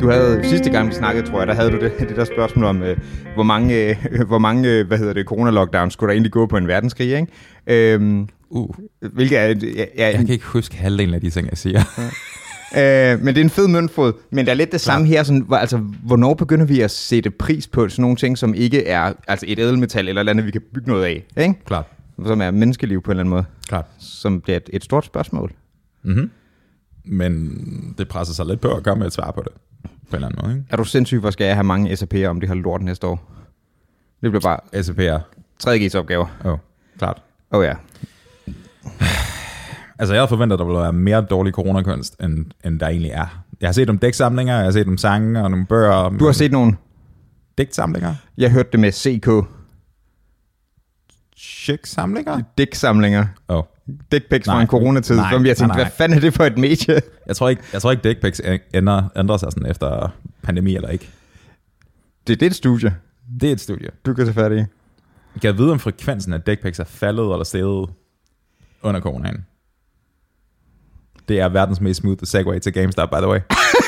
Du havde sidste gang vi snakkede, tror jeg, der havde du det der spørgsmål om hvor mange corona-lockdowns skulle der egentlig gå på en verdenskrig, ikke? Hvilket er jeg kan ikke huske halvdelen af de ting, jeg siger. Men det er en fed møntfod. Men der er lidt det samme her, sådan, altså, hvornår begynder vi at sætte pris på sådan nogle ting, som ikke er altså et ædelmetal eller andet, vi kan bygge noget af, ikke? Klart. Som er menneskeliv på en eller anden måde. Klart. Som bliver et stort spørgsmål. Mm-hmm. Men det presser sig lidt på at gøre med et svar på det. På en eller anden måde, ikke? Er du sindssyg, hvor skal jeg have mange SAP'er om det her lort næste år? Det bliver bare SAP'er 3G's opgaver. Klart. Ja. Altså, jeg havde forventet, at der ville være mere dårlig coronakunst, end der egentlig er. Jeg har set nogle dæksamlinger, jeg har set nogle sange og nogle bøger. Du har set nogle digtsamlinger? Jeg hørte det med CK. Chick-samlinger? Dæksamlinger. Dick pics fra en coronatid, som jeg tænkte, hvad fanden er det for et medie? Jeg tror ikke dick pics ændrer sig sådan efter pandemi eller ikke. Det er et studie. Det er et studie. Du kan tage fat i. Kan jeg vide, om frekvensen af dick pics er faldet eller steget under coronaen? Det er verdens mest smooth segue til GameStop, by the way.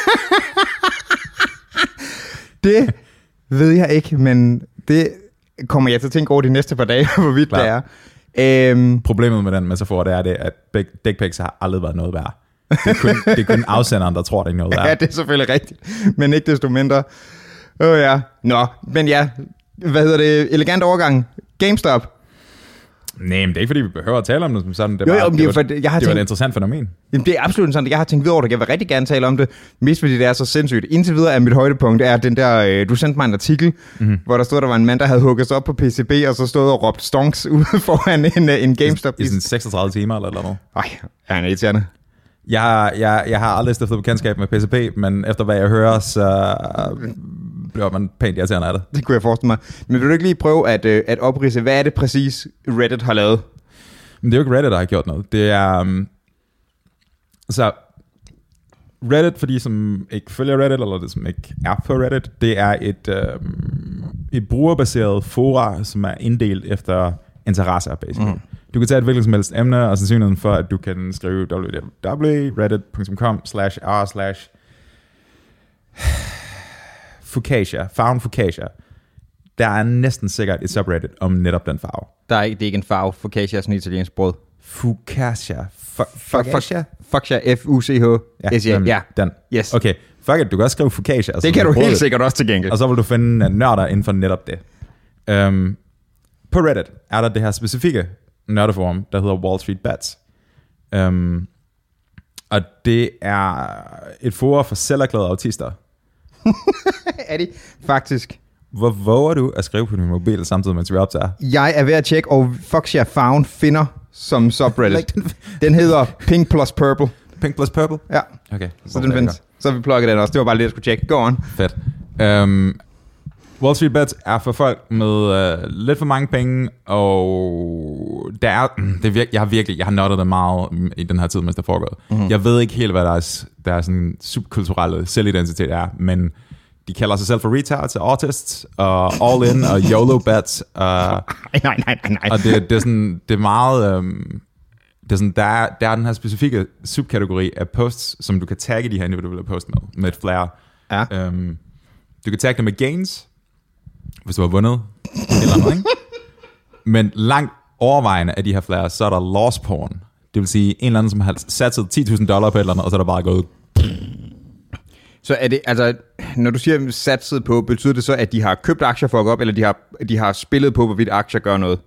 Det ved jeg ikke, men det kommer jeg til at tænke over de næste par dage, hvorvidt det er. Problemet med den metafor, det er det, at dick pics har aldrig været noget værd. Det er kun afsenderen, der tror, det er noget værd. Ja, det er selvfølgelig rigtigt, men ikke desto mindre. Ja. Nå, men ja, elegant overgang. GameStop. Nej, men det er ikke fordi, vi behøver at tale om det som sådan. Det var et interessant fænomen. Jamen, det er absolut sådan, jeg har tænkt videre over det. Jeg vil rigtig gerne tale om det, mest fordi det er så sindssygt. Indtil videre er mit højdepunkt, er den der, du sendte mig en artikel, hvor der stod, der var en mand, der havde hugget sig op på PCB, og så stod og råbt stonks ude foran en GameStop. I sådan 36 timer eller noget. Ej, er han irriterende. Jeg har aldrig stiftet bekendtskab med PCB, men efter hvad jeg hører, så bliver man pænt irriterende af det. Det kunne jeg forestille mig. Men vil du ikke lige prøve at opridse, hvad er det præcis Reddit har lavet? Men det er jo ikke Reddit, der har gjort noget. Det er så Reddit, for de som ikke følger Reddit, eller det som ikke er på Reddit, det er et brugerbaseret fora, som er inddelt efter interesser, basically. Du kan tage et hvilket som helst emne, og sandsynligheden for, at du kan skrive www.reddit.com/r/Fucasia, farven Fucasia. Der er næsten sikkert et subreddit om netop den farve. Det er ikke en farve. Fucasia er sådan en italiensk brød. Fucasia. Fucasia. F-U-C-H-S-I-A. Ja, den. Yes. Okay, fuck it, du kan også skrive Fucasia. Det kan du helt sikkert også til gengæld. Og så vil du finde nørder inden for netop det. På Reddit er der det her specifikke nørdeforum, der hedder Wall Street Bets. Og det er et forum for selverklærede autister. Er det faktisk? Hvor våger du at skrive på din mobil samtidig mens vi optager? Jeg er ved at tjekke, og Fuchsia Found finder som subreddit. Den hedder Pink plus Purple. Pink plus Purple? Ja. Okay. Så den findes. Så vi plugger den også. Det var bare lidt, jeg skulle tjekke. Go on. Fedt. Wall Street Bets er for folk med lidt for mange penge, og jeg har nørdet det meget i den her tid, mens det foregår. Jeg ved ikke helt, hvad der er sådan subkulturelle selvidentitet er, men de kalder sig selv for retards og artists, og all in, og YOLO bets. Nej. Og det er sådan, det er meget, det er sådan, der er den her specifikke subkategori af posts, som du kan tagge de her individuelle posts med et flare. Ja. Du kan tagge dem med gains, hvis du har vundet eller andet, ikke? Men langt overvejende af de her flares, så er der loss porn. Det vil sige en eller anden, som har satset $10,000 på et eller andet, og så er der bare gået. Så er det, altså, når du siger satset på, betyder det så, at de har købt aktier for at gå op, eller de har spillet på, hvorvidt aktier gør noget?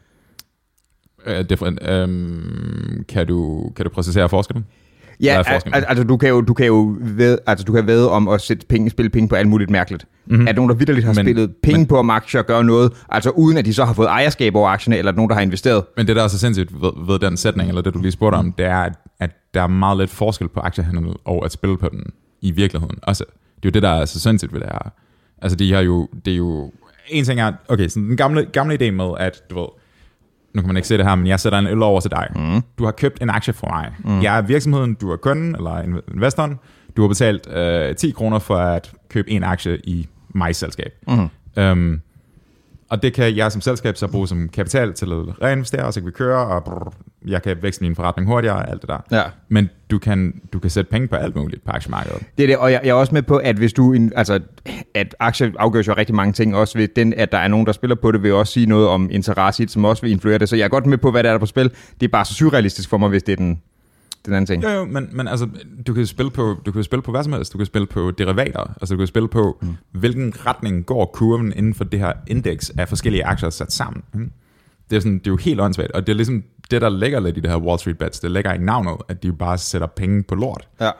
Kan du processere forskellen? Ja, altså du kan væde om at spille penge på alt muligt mærkeligt. Er der nogen, der vitterligt har spillet penge på, om aktier gør noget, altså uden at de så har fået ejerskab over aktierne, eller nogen, der har investeret? Men det der er så sindssygt ved den sætning, eller det du lige spurgte om, det er, at der er meget lidt forskel på aktiehandel og at spille på den i virkeligheden. Altså, det er jo det, der er så sindssygt ved det her. Altså, det er jo en ting er, okay, sådan den gamle idé med, at du ved, nu kan man ikke se det her, men jeg sætter en øl over til dig. Du har købt en aktie fra mig. Jeg er virksomheden, du er kunden, eller investoren. Du har betalt 10 kroner for at købe en aktie i mig selskab. Og det kan jeg som selskab så bruge som kapital til at reinvestere, og så kan vi køre, og jeg kan vækste min forretning hurtigere og alt det der. Ja. Men du kan sætte penge på alt muligt på aktiemarkedet. Det er det, og jeg er også med på, at hvis du, at aktier afgøres jo rigtig mange ting, også ved den, at der er nogen, der spiller på det, vil også sige noget om interesse i det, som også vil influere det. Så jeg er godt med på, hvad der er på spil. Det er bare så surrealistisk for mig, hvis det er den anden ting. Jo, men altså, du kan spille på hvad som helst. Du kan spille på derivater. Altså, du kan spille på, hvilken retning går kurven inden for det her indeks af forskellige aktier sat sammen. Det er jo helt åndssvagt, og det er ligesom det, der ligger lidt i det her Wall Street Bets. Det ligger i navnet, at de jo bare sætter penge på lort. Ja.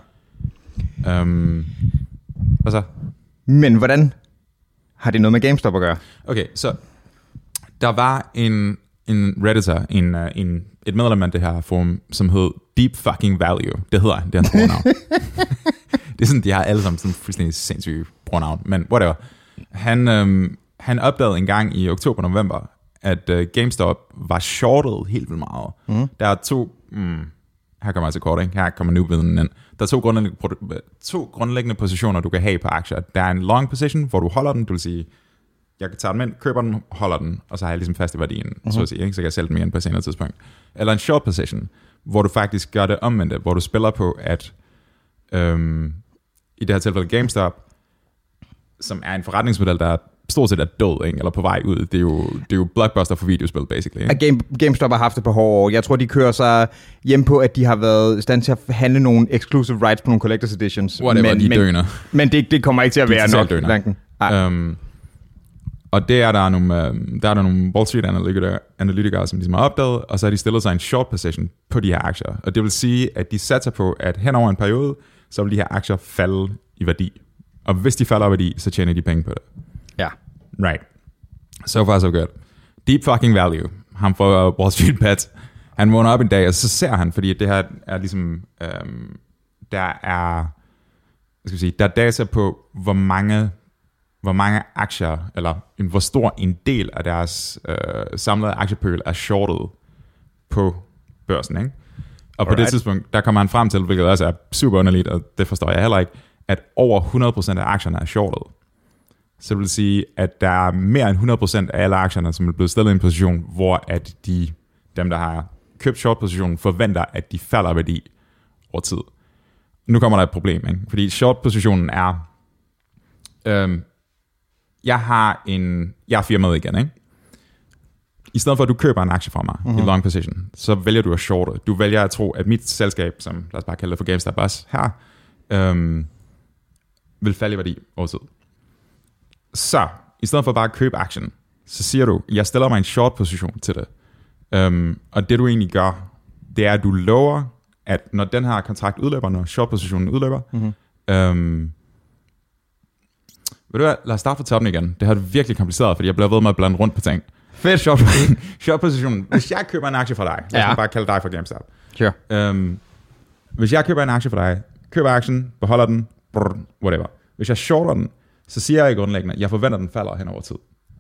Hvad så? Men hvordan har det noget med GameStop at gøre? Okay, så der var en Redditor, et medlem af det her forum, som hed Deep Fucking Value. Det hedder han, det er hans brugernavn. Det er sådan, de har alle sammen sådan fuldstændig sindssyge brugernavn, men whatever. Han opdagede en gang i oktober-november, at GameStop var shortet helt vildt meget. Der er her kommer altså kort, ikke? Her kommer nu viden ind. Der er to grundlæggende positioner, du kan have på aktier. Der er en long position, hvor du holder den, du vil sige, jeg kan tage den ind, køber den, holder den, og så har jeg ligesom fast i værdien, så at sige, ikke? Så kan jeg sælge den igen på et senere tidspunkt. Eller en short position, hvor du faktisk gør det omvendte, hvor du spiller på, at i det her tilfælde GameStop, som er en forretningsmodel, der stort set er død, ikke? Eller på vej ud. Det er jo blockbuster for videospil, basically. Ikke? GameStop har haft det på hårde år. Jeg tror, de kører sig hjem på, at de har været i stand til at handle nogle exclusive rights på nogle collector's editions. Whatever, de døner. Men det kommer ikke til at være nok. Og det er der nogle Wall Street analytikere, som ligesom har opdaget, og så har de stillet sig en short position på de her aktier. Og det vil sige, at de satser på, at hen over en periode, så vil de her aktier falde i værdi. Og hvis de falder i værdi, så tjener de penge på det. Ja. Right. So far, so good. Deep fucking value. Han får Wall Street Bets. Han vågner op en dag, og så ser han, fordi det her er ligesom, der er data på, hvor mange aktier, eller hvor stor en del af deres samlede aktiepøl er shortet på børsen, ikke? Og på det tidspunkt, der kommer han frem til, hvilket også er super underligt, og det forstår jeg heller ikke, at over 100% af aktierne er shortet. Så det vil sige, at der er mere end 100% af alle aktierne, som er blevet stillet i en position, hvor at dem, der har købt short-positionen, forventer, at de falder værdi over tid. Nu kommer der et problem, ikke? Fordi short-positionen er, jeg har firmaet igen, ikke? I stedet for, at du køber en aktie fra mig i long position, så vælger du at shorte. Du vælger at tro, at mit selskab, som lad os bare kalde det for GameStop også her, vil falde i værdi over tid. Så, i stedet for bare at købe aktien, så siger du, jeg stiller mig en short position til det. Og det du egentlig gør, det er, at du lover, at når den her kontrakt udløber, når short positionen udløber, ved du hvad, lad os starte fra toppen igen. Det har det virkelig kompliceret, fordi jeg bliver ved med at blande rundt på ting. Fedt, short positionen. Hvis jeg køber en aktie fra dig, lad os bare kalde dig for GameStop. Sure. Hvis jeg køber en aktie fra dig, køber aktien, beholder den, whatever. Hvis jeg shorter den, så siger jeg i grundlæggende, at jeg forventer, at den falder hen over tid.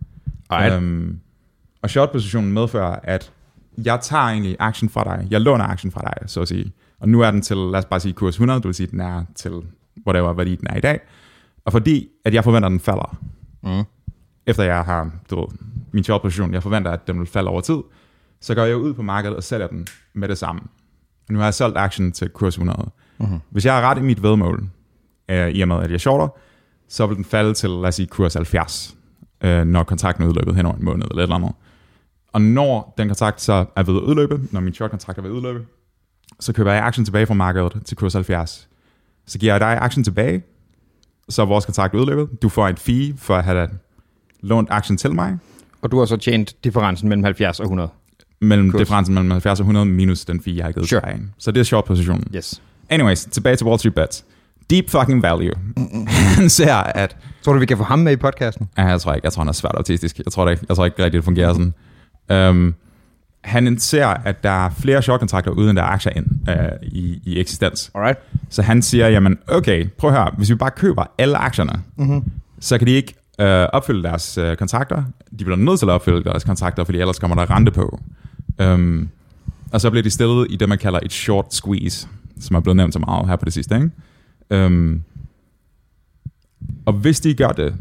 Og short-positionen medfører, at jeg tager egentlig aktien fra dig. Jeg låner aktien fra dig, så at sige. Og nu er den til, lad os bare sige, kurs 100, det vil sige, at den er til whatever værdi den er i dag. Og fordi, at jeg forventer, at den falder, efter jeg har min short-position, jeg forventer, at den vil falde over tid, så går jeg ud på markedet og sælger den med det samme. Og nu har jeg solgt aktien til kurs 100. Hvis jeg har ret i mit vedmål, i og med, at jeg shorter, så vil den falde til, lad os sige, kurs 70, når kontrakten er udløbet hen over en måned eller et eller andet. Og når den kontrakt så er ved at udløbe, når min short-kontrakt er ved at udløbe, så køber jeg aktien tilbage fra markedet til kurs 70. Så giver jeg dig aktien tilbage, så er vores kontrakt udløbet. Du får et fee for at have lånt aktien til mig. Og du har så tjent differencen mellem 70 og 100? Differencen mellem 70 og 100 minus den fee, jeg har givet til dig. Så det er short-positionen. Yes. Anyways, tilbage til Wall Street Bets. Deep fucking value. Han ser, at... Tror du, vi kan få ham med i podcasten? Ja, jeg tror ikke. Jeg tror, han er svært autistisk. Jeg tror ikke rigtig, det fungerer sådan. Han ser, at der er flere short-kontrakter, uden der er aktier ind i eksistens. Alright. Så han siger, jamen, okay, prøv at høre. Hvis vi bare køber alle aktierne, så kan de ikke opfylde deres kontrakter. De bliver nødt til at opfylde deres kontrakter, fordi ellers kommer der rente på. Og så bliver de stillet i det, man kalder et short squeeze, som er blevet nævnt så meget her på det sidste, ikke? Og hvis de gør det,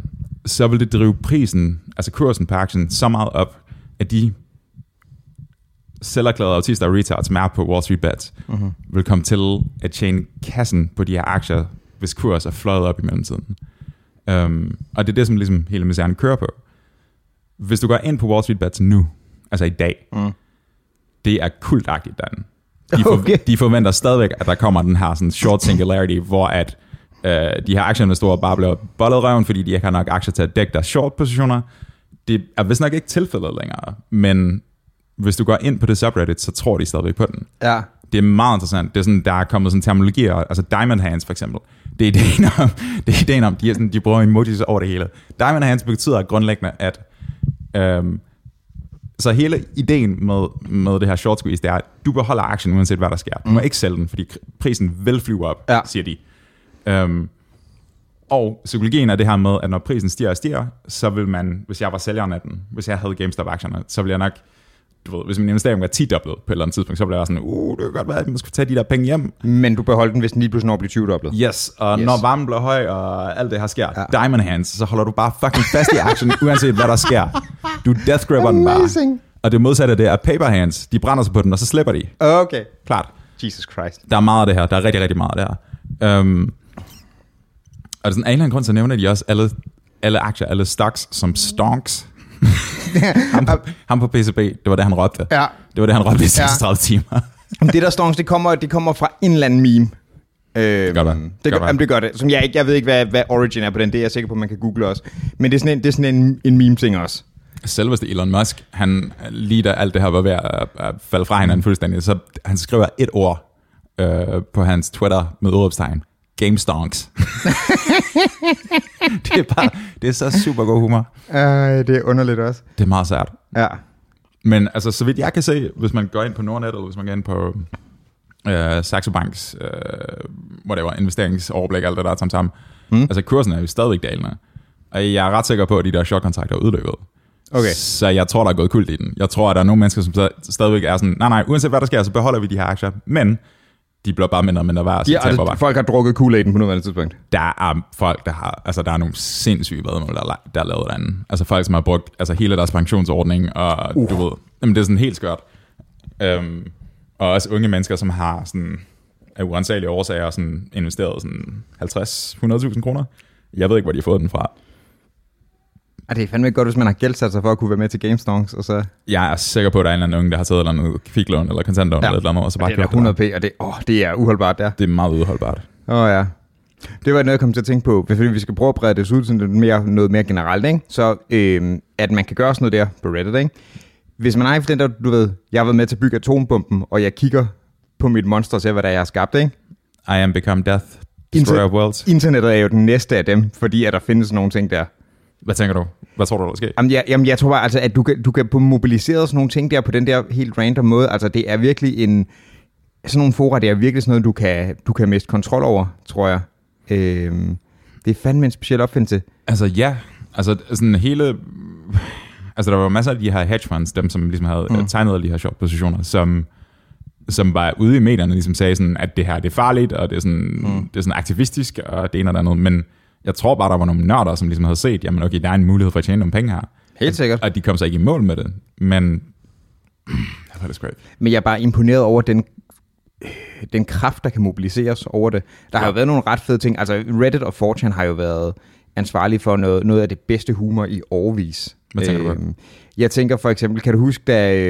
så vil det drive prisen, altså kursen på aktien, så meget op, at de selverklærede autister og retards, som er på Wall Street Bets, vil komme til at tjene kassen på de her aktier, hvis kurs er fløjet op i mellemtiden. Og det er det, som ligesom hele misæren kører på. Hvis du går ind på Wall Street Bets nu, altså i dag, det er kultagtigt derinde. De forventer stadigvæk, at der kommer den her sådan short singularity, hvor at de her aktieinvestorer bare bliver bollet røven, fordi de ikke har nok aktier til at dække deres short positioner. Det er vist nok ikke tilfældet længere, men hvis du går ind på det subreddit, så tror de stadigvæk på den. Ja. Det er meget interessant. Det er sådan, der er kommet sådan terminologier, altså diamond hands for eksempel. Det er ideen om, de bruger emojis over det hele. Diamond hands betyder grundlæggende, at så hele ideen med det her short squeeze, det er, at du beholder aktien, uanset hvad der sker. Du må ikke sælge den, fordi prisen vil flyve op, siger de. Og psykologien er det her med, at når prisen stiger, så vil man, hvis jeg var sælgeren af den, hvis jeg havde GameStop-aktierne, så ville jeg nok, du ved, hvis min investering var 10-doblet på et eller andet tidspunkt, så ville jeg være sådan, det kan godt være, at man skulle tage de der penge hjem. Men du beholder den, hvis den lige pludselig når at blive 20-doblet. Yes, og når varmen bliver høj, og alt det her sker, diamond hands, så holder du bare fucking fast i aktien, uanset hvad der sker. Du death grabber den bare. Og det modsatte af det er paper hands, de brænder sig på den, og så slipper de. Okay. Klart. Jesus Christ. Der er meget af det her, der er rigtig, rigtig meget af det her. Og sådan en eller anden grund, så nævner de også alle aktier, alle stocks som stonks. ham på PCB, det var det, han råbte. Ja. Det var det, han råbte i 36 timer. Det der stonks, det kommer fra en eller anden meme. Det gør det. Som jeg ved ikke, hvad origin er på den. Det er jeg sikker på, man kan google også. Men det er sådan en meme-ting også. Selveste Elon Musk, han lige da alt det her var ved at falde fra hinanden fuldstændig, så han skriver et ord på hans Twitter med udråbstegn. Game stonks. det er så super god humor. Det er underligt også. Det er meget sært. Ja. Men altså, så vidt jeg kan se, hvis man går ind på Nordnet, eller hvis man går ind på Saxo Banks investeringsoverblik, alt det der sammen. Altså, kursen er jo stadigvæk dalende. Og jeg er ret sikker på, at de der short-kontrakter er udløbet. Okay. Så jeg tror, der er gået kult i den. Jeg tror, at der er nogle mennesker, som stadigvæk er sådan, nej, uanset hvad der sker, så beholder vi de her aktier. Men de bliver bare mindre og mindre værd. Ja, folk har drukket Kool-Aiden på nuværende tidspunkt. Der er folk, der har, altså der er nogle sindssyge vedmål, der er lavet derinde. Altså folk, som har brugt hele deres pensionsordning, og du ved, jamen det er sådan helt skørt. Og også unge mennesker, som har sådan af urensagelige årsager sådan investeret sådan 50-100.000 kroner. Jeg ved ikke, hvor de har fået den fra. Det er fandme godt, hvis man har gældsat sig for at kunne være med til GameStonks, og så... Jeg er sikker på, at der er en eller anden unge, der har taget et eller andet kviklån eller kontantlån eller et eller andet, og så bare købt det 100p, og det er uholdbart der. Det er meget uholdbart. Ja. Det var noget, jeg kom til at tænke på, fordi vi skal prøve at brede det ud til noget mere generelt, ikke? Så at man kan gøre sådan noget der på Reddit, ikke? Hvis man har den der, du ved, jeg har været med til at bygge atombomben, og jeg kigger på mit monster og ser, hvad der er, jeg har skabt, ikke? I am become death, destroyer of worlds. Internettet er jo den næste af dem, fordi at der findes nogle ting der. Hvad tænker du? Hvad tror du, der sker? Jamen, jeg tror bare, altså, at du kan mobilisere sådan nogle ting der på den der helt random måde. Altså, det er virkelig sådan nogle fora, det er virkelig sådan noget, du kan miste kontrol over, tror jeg. Det er fandme en speciel opfindelse. Altså, ja. Altså, sådan hele... Altså, der var masser af de her hedge funds, dem som ligesom havde tegnet de her short positioner, som var ude i medierne, ligesom sagde sådan, at det her det er farligt, og det er sådan aktivistisk, og det ene og det andet, men jeg tror bare, der var nogle nørder, som ligesom havde set, jamen okay, der er en mulighed for at tjene nogle penge her. Helt sikkert. Og de kom så ikke i mål med det, men det var det sgu ikke. Men jeg er bare imponeret over den kraft, der kan mobiliseres over det. Der har jo været nogle ret fede ting. Altså Reddit og 4chan har jo været ansvarlige for noget af det bedste humor i årevis. Hvad tænker du på? Jeg tænker for eksempel, kan du huske,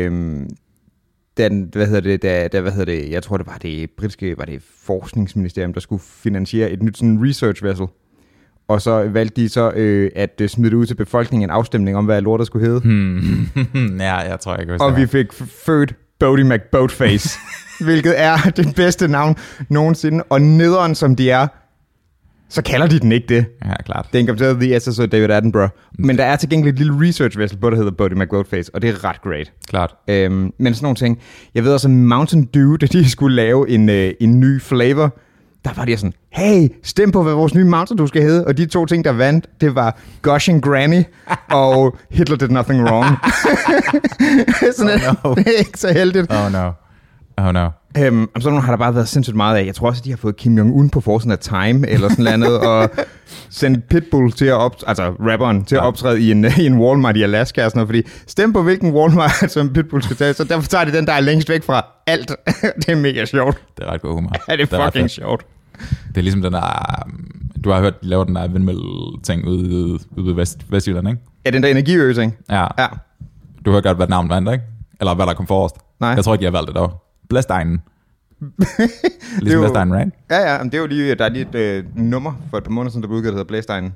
jeg tror det var det britiske, forskningsministerium, der skulle finansiere et nyt sådan research vessel. Og så valgte de så at smide det ud til befolkningen en afstemning om, hvad lortet skulle hedde. Ja, jeg tror ikke. Og vi fik født Bodie McBoatface, hvilket er det bedste navn nogensinde. Og nederen som de er, så kalder de den ikke det. Ja, klart. Den kom til The SSO David Attenborough. Men der er til gengæld et lille research vessel på, der hedder Bodie McBoatface, og det er ret great. Klart. Men sådan nogle ting. Jeg ved også, at Mountain Dew, da de skulle lave en ny flavor, der var de sådan, hey, stem på, hvad vores nye Mountain Dew skal hedde. Og de 2 ting, der vandt, det var Gushing Granny og Hitler Did Nothing Wrong. Sådan no. Det er ikke så heldigt. Oh no. Så har der bare været sindssygt meget af. Jeg tror også, at de har fået Kim Jong-un på forsiden af Time, eller sådan noget, og sendt Pitbull til at rapperen til at optræde i en Walmart i Alaska, og sådan noget, fordi stem på hvilken Walmart, som Pitbull skal tage, så derfor tager de den, der er længst væk fra alt. Det er mega sjovt. Det er ret god humor. Ja, det er fucking sjovt. Det er ligesom den der, du har hørt, de laver den der vindmølle-ting ude ved Vestjylland, ikke? Ja, den der energiøsing. Ja. Du har godt, hvad navnet vandt, ikke? Eller hvad der kom forrest. Nej. Jeg tror ikke, de har valgt det dog. Blæsteinen. Ligesom Blæsteinen, right? Ja, men det er jo lige, der er lige et nummer for et par måneder siden, der blev udgivet, der hedder Blæsteinen.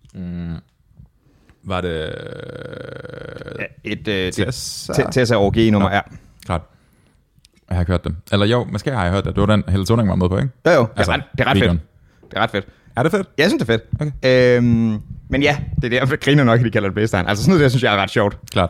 Var det... Tessa OG-nummer, ja. Klart. Jeg har ikke hørt det. Eller jo, måske har jeg hørt det. Det var den, Helle Thorning var med på, ikke? Jo. Altså, det er ret fedt. Det er ret fedt. Er det fedt? Ja, jeg synes, det er fedt. Okay. Men ja, det er det, jeg griner nok, at de kalder det Blæsteinen. Altså sådan noget, det synes jeg er ret sjovt. Klart.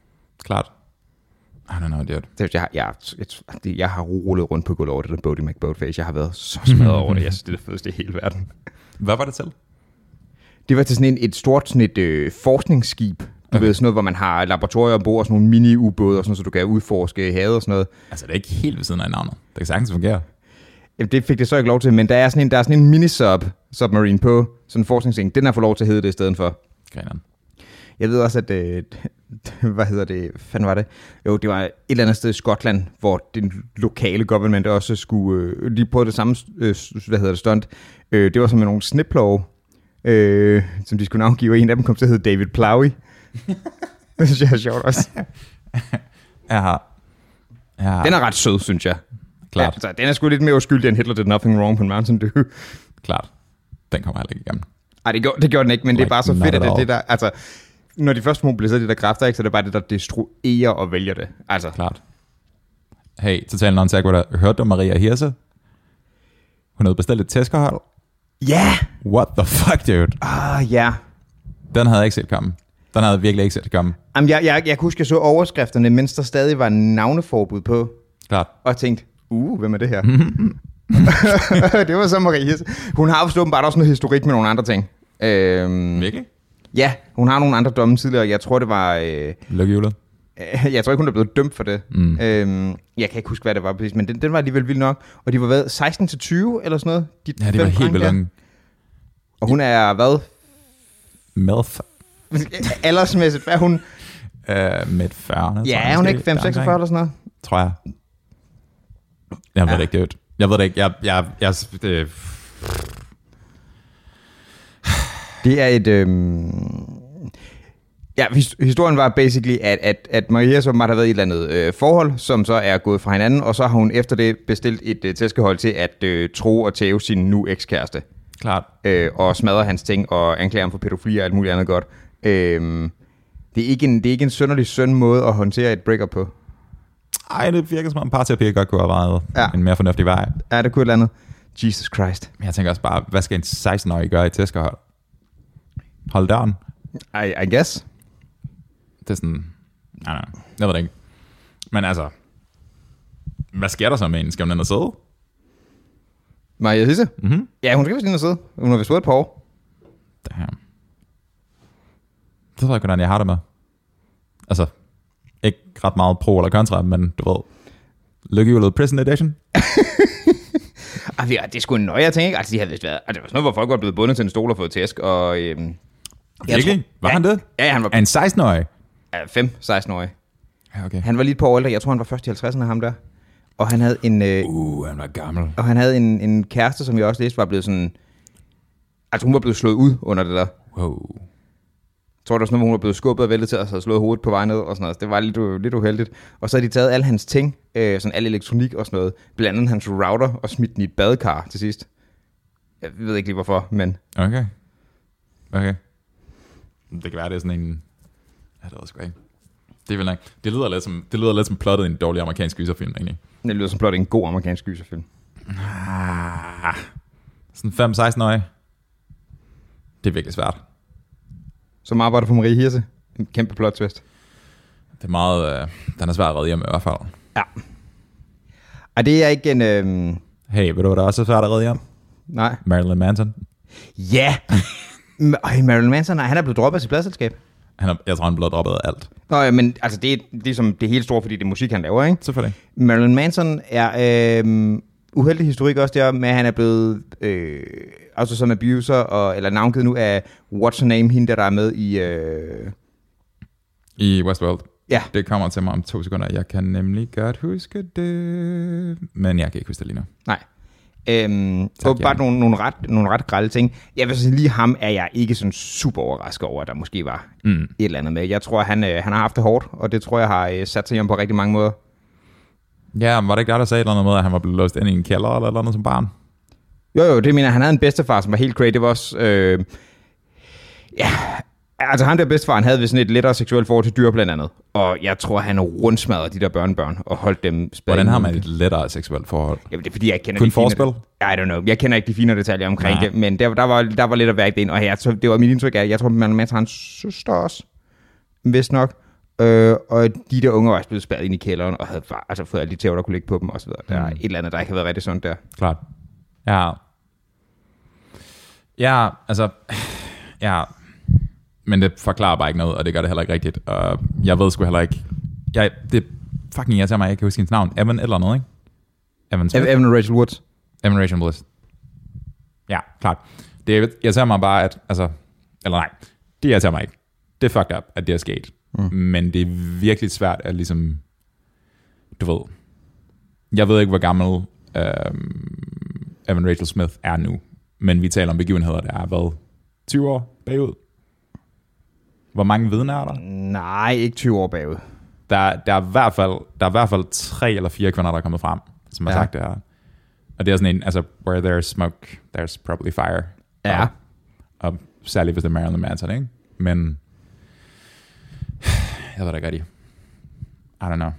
I don't know, dude. Jeg har rullet rundt på gulvet over det der Bodie McBoatface. Jeg har været så smadret over det. Jeg synes, det er det fedeste i hele verden. Hvad var det til? Det var til sådan et stort forskningsskib. Du ved, sådan noget, hvor man har laboratorier ombord og sådan nogle mini-ubåde og sådan noget, så du kan udforske havet og sådan noget. Altså, det er ikke helt ved siden af navnet. Det kan sagtens fungere. Jamen, det fik det så ikke lov til, men der er sådan en mini-submarine på sådan en forskningsting. Den har fået lov til at hedde det i stedet for. Grineren. Jeg ved også, at fanden var det? Jo, det var et eller andet sted i Skotland, hvor den lokale government også skulle, de prøvede det samme, stunt. Det var som med nogle sniplove, som de skulle navngive, en af dem kom til at hedde David Plowie. Det synes jeg er sjovt også. Ja. Den er ret sød, synes jeg. Klart. Ja, altså, den er sgu lidt mere uskyldig end Hitler did nothing wrong på Mountain Dew. Klart. Den kommer heller ikke igennem. Nej, det gjorde den ikke, men det er bare så fedt, at det der, altså, når de først mobiliserer de der kræfter, ikke, så er det bare det, der destruerer og vælger det. Altså. Klart. Hey, total non-sequitur. Hørte du Maria Hirse? Hun havde bestilt et tæskerhold. Ja! Yeah. What the fuck, dude? Ja. Den havde jeg ikke set komme. Den havde jeg virkelig ikke set komme. Jamen, jeg kunne huske, jeg så overskrifterne, mens der stadig var navneforbud på. Klart. Og tænkte, hvem er det her? Det var så Marie Hirse. Hun har jo bare også noget historik med nogle andre ting. Virkelig? Ja, hun har nogle andre domme tidligere. Jeg tror, det var... Lykkehjulet? Jeg tror ikke, hun er blevet dømt for det. Jeg kan ikke huske, hvad det var præcis, men den var alligevel vild nok. Og de var hvad, 16-20 eller sådan noget? Ja, det var helt vildt langt. Og hun er hvad? Melf. Aldersmæssigt, hvad er hun? Midt 40'erne. Ja, er hun ikke 5-46 eller sådan noget? Tror jeg. Jeg ved det ikke, det. Jeg ved det ikke. Det er et... Ja, historien var basically, at Maria så måtte have været i et eller andet forhold, som så er gået fra hinanden, og så har hun efter det bestilt et tæskehold til at tro og tæve sin nu ekskæreste. Klart. Og smadre hans ting og anklage ham for pædofili og alt muligt andet godt. Det er ikke en synderlig synd måde at håndtere et breakup på. Ej, det virker som om parterapi godt kunne have været en mere fornuftig vej. Ja, det kunne et eller andet. Jesus Christ. Jeg tænker også bare, hvad skal en 16-årig gøre i et tæskehold? Hold døren. I guess. Det er sådan... Nej, jeg ved det ikke. Men altså... Hvad sker der så med en? Skal hun ind og sidde? Maria Hirse? Mm-hmm. Ja, hun skal vist ind og sidde. Hun har vist fået et par år. Damn. Det ved jeg ikke, hvordan jeg har det med. Altså... Ikke ret meget pro eller kontra, men du ved... Lykkehjulet Prison Edition. Det er sgu en nøje, jeg tænker ikke. Altså, de havde vist været... det var sådan noget, hvor folk var blevet bundet til en stol og fået tæsk, og... Virkelig? Var han det? Ja, han var... En 16-årig? 16-årig. Ja, okay. Han var lige på ældre. Jeg tror, han var først i 50'erne, ham der. Og han havde en... han var gammel. Og han havde en kæreste, som jeg også læste, var blevet sådan... Altså, hun var blevet slået ud under det der. Wow. Jeg tror, der var sådan noget, hun var blevet skubbet og væltet til, og så havde slået hovedet på vej ned og sådan noget. Det var lidt uheldigt. Og så havde de taget alle hans ting, sådan al elektronik og sådan noget, blandt andet hans router, og smidt den i et badekar til sidst. Jeg ved ikke lige hvorfor, men... Okay. Det kan være, det er sådan en... Ja, det ved sgu ikke. Det er vel nok. Det lyder lidt som plottet i en dårlig amerikansk gyserfilm, egentlig. Det lyder som plottet i en god amerikansk gyserfilm. Sådan 5-16-årig. Det er virkelig svært. Som arbejder for Marie Hirse. En kæmpe plot twist. Det er meget... den er svær at redde hjem i hvert fald. Ja. Og det er ikke en... Hey, ved du hvad der også er svært at redde hjem? Nej. Marilyn Manson. Ja! Marilyn Manson, han er blevet droppet af sit pladselskab. Jeg tror, han blev droppet af alt. Nå ja, men altså, det er ligesom det helt store, fordi det er musik, han laver, ikke? Selvfølgelig. Marilyn Manson er uheldig historik også der, med at han er blevet altså som abuser, eller navngivet nu af What's Her Name, hende der er med i... I Westworld. Ja. Det kommer til mig om 2 sekunder. Jeg kan nemlig godt huske det, men jeg kan ikke huske det lige nu. Nej. Bare nogle ret grelle ting. Jeg vil sige, lige ham er jeg ikke sådan super overrasket over, at der måske var et eller andet med. Jeg tror, han har haft det hårdt, og det tror jeg har sat sig hjem på rigtig mange måder. Ja, var det ikke der sagde et eller andet med, at han var blevet låst ind i en kælder eller noget som barn? Jo, det mener han havde en bedstefar, som var helt crazy. Det var også... altså han der bedstefar, han havde vist sådan et lettere seksuelt forhold til dyr blandt andet. Og jeg tror, han rundsmadrede de der børnebørn og holdt dem spændende. Hvordan har man et lettere seksuelt forhold? Jamen, det er fordi, jeg kender kun forspil? I don't know. Jeg kender ikke de fine detaljer omkring det, men der var lidt at værke det ind. Og det var mit indtryk af, jeg tror, man har hans søster også, vist nok. Og de der unge var også blevet spærret ind i kælderen og havde altså fået alle de tæver, der kunne ligge på dem osv. Der er et eller andet, der ikke har været rigtig sundt der. Klart. Ja, altså... Ja... Men det forklarer bare ikke noget, og det gør det heller ikke rigtigt. Og jeg ved sgu heller ikke... Det fucking irriterer mig, jeg kan huske hendes navn. Evan eller noget, ikke? Evan Smith? Evan Rachel Wood. Evan Rachel Wood. Ja, klart. Det irriterer mig bare, at... Altså... Eller nej, det irriterer mig ikke. Det er fucked up, at det er sket. Men det er virkelig svært at ligesom... Du ved... Jeg ved ikke, hvor gammel Evan Rachel Smith er nu. Men vi taler om begivenheder, der er hvad? 20 år bagud? Hvor mange vidner er der? Nej, ikke 20 år bagud. Der er i hvert fald 3 eller 4 kvinder, der er kommet frem, som har sagt det her. Og det er sådan en, altså, where there's smoke, there's probably fire. Ja. Og særligt hvis det er Marilyn Manson, ikke? Men, jeg ved da ikke rigtig. I don't know.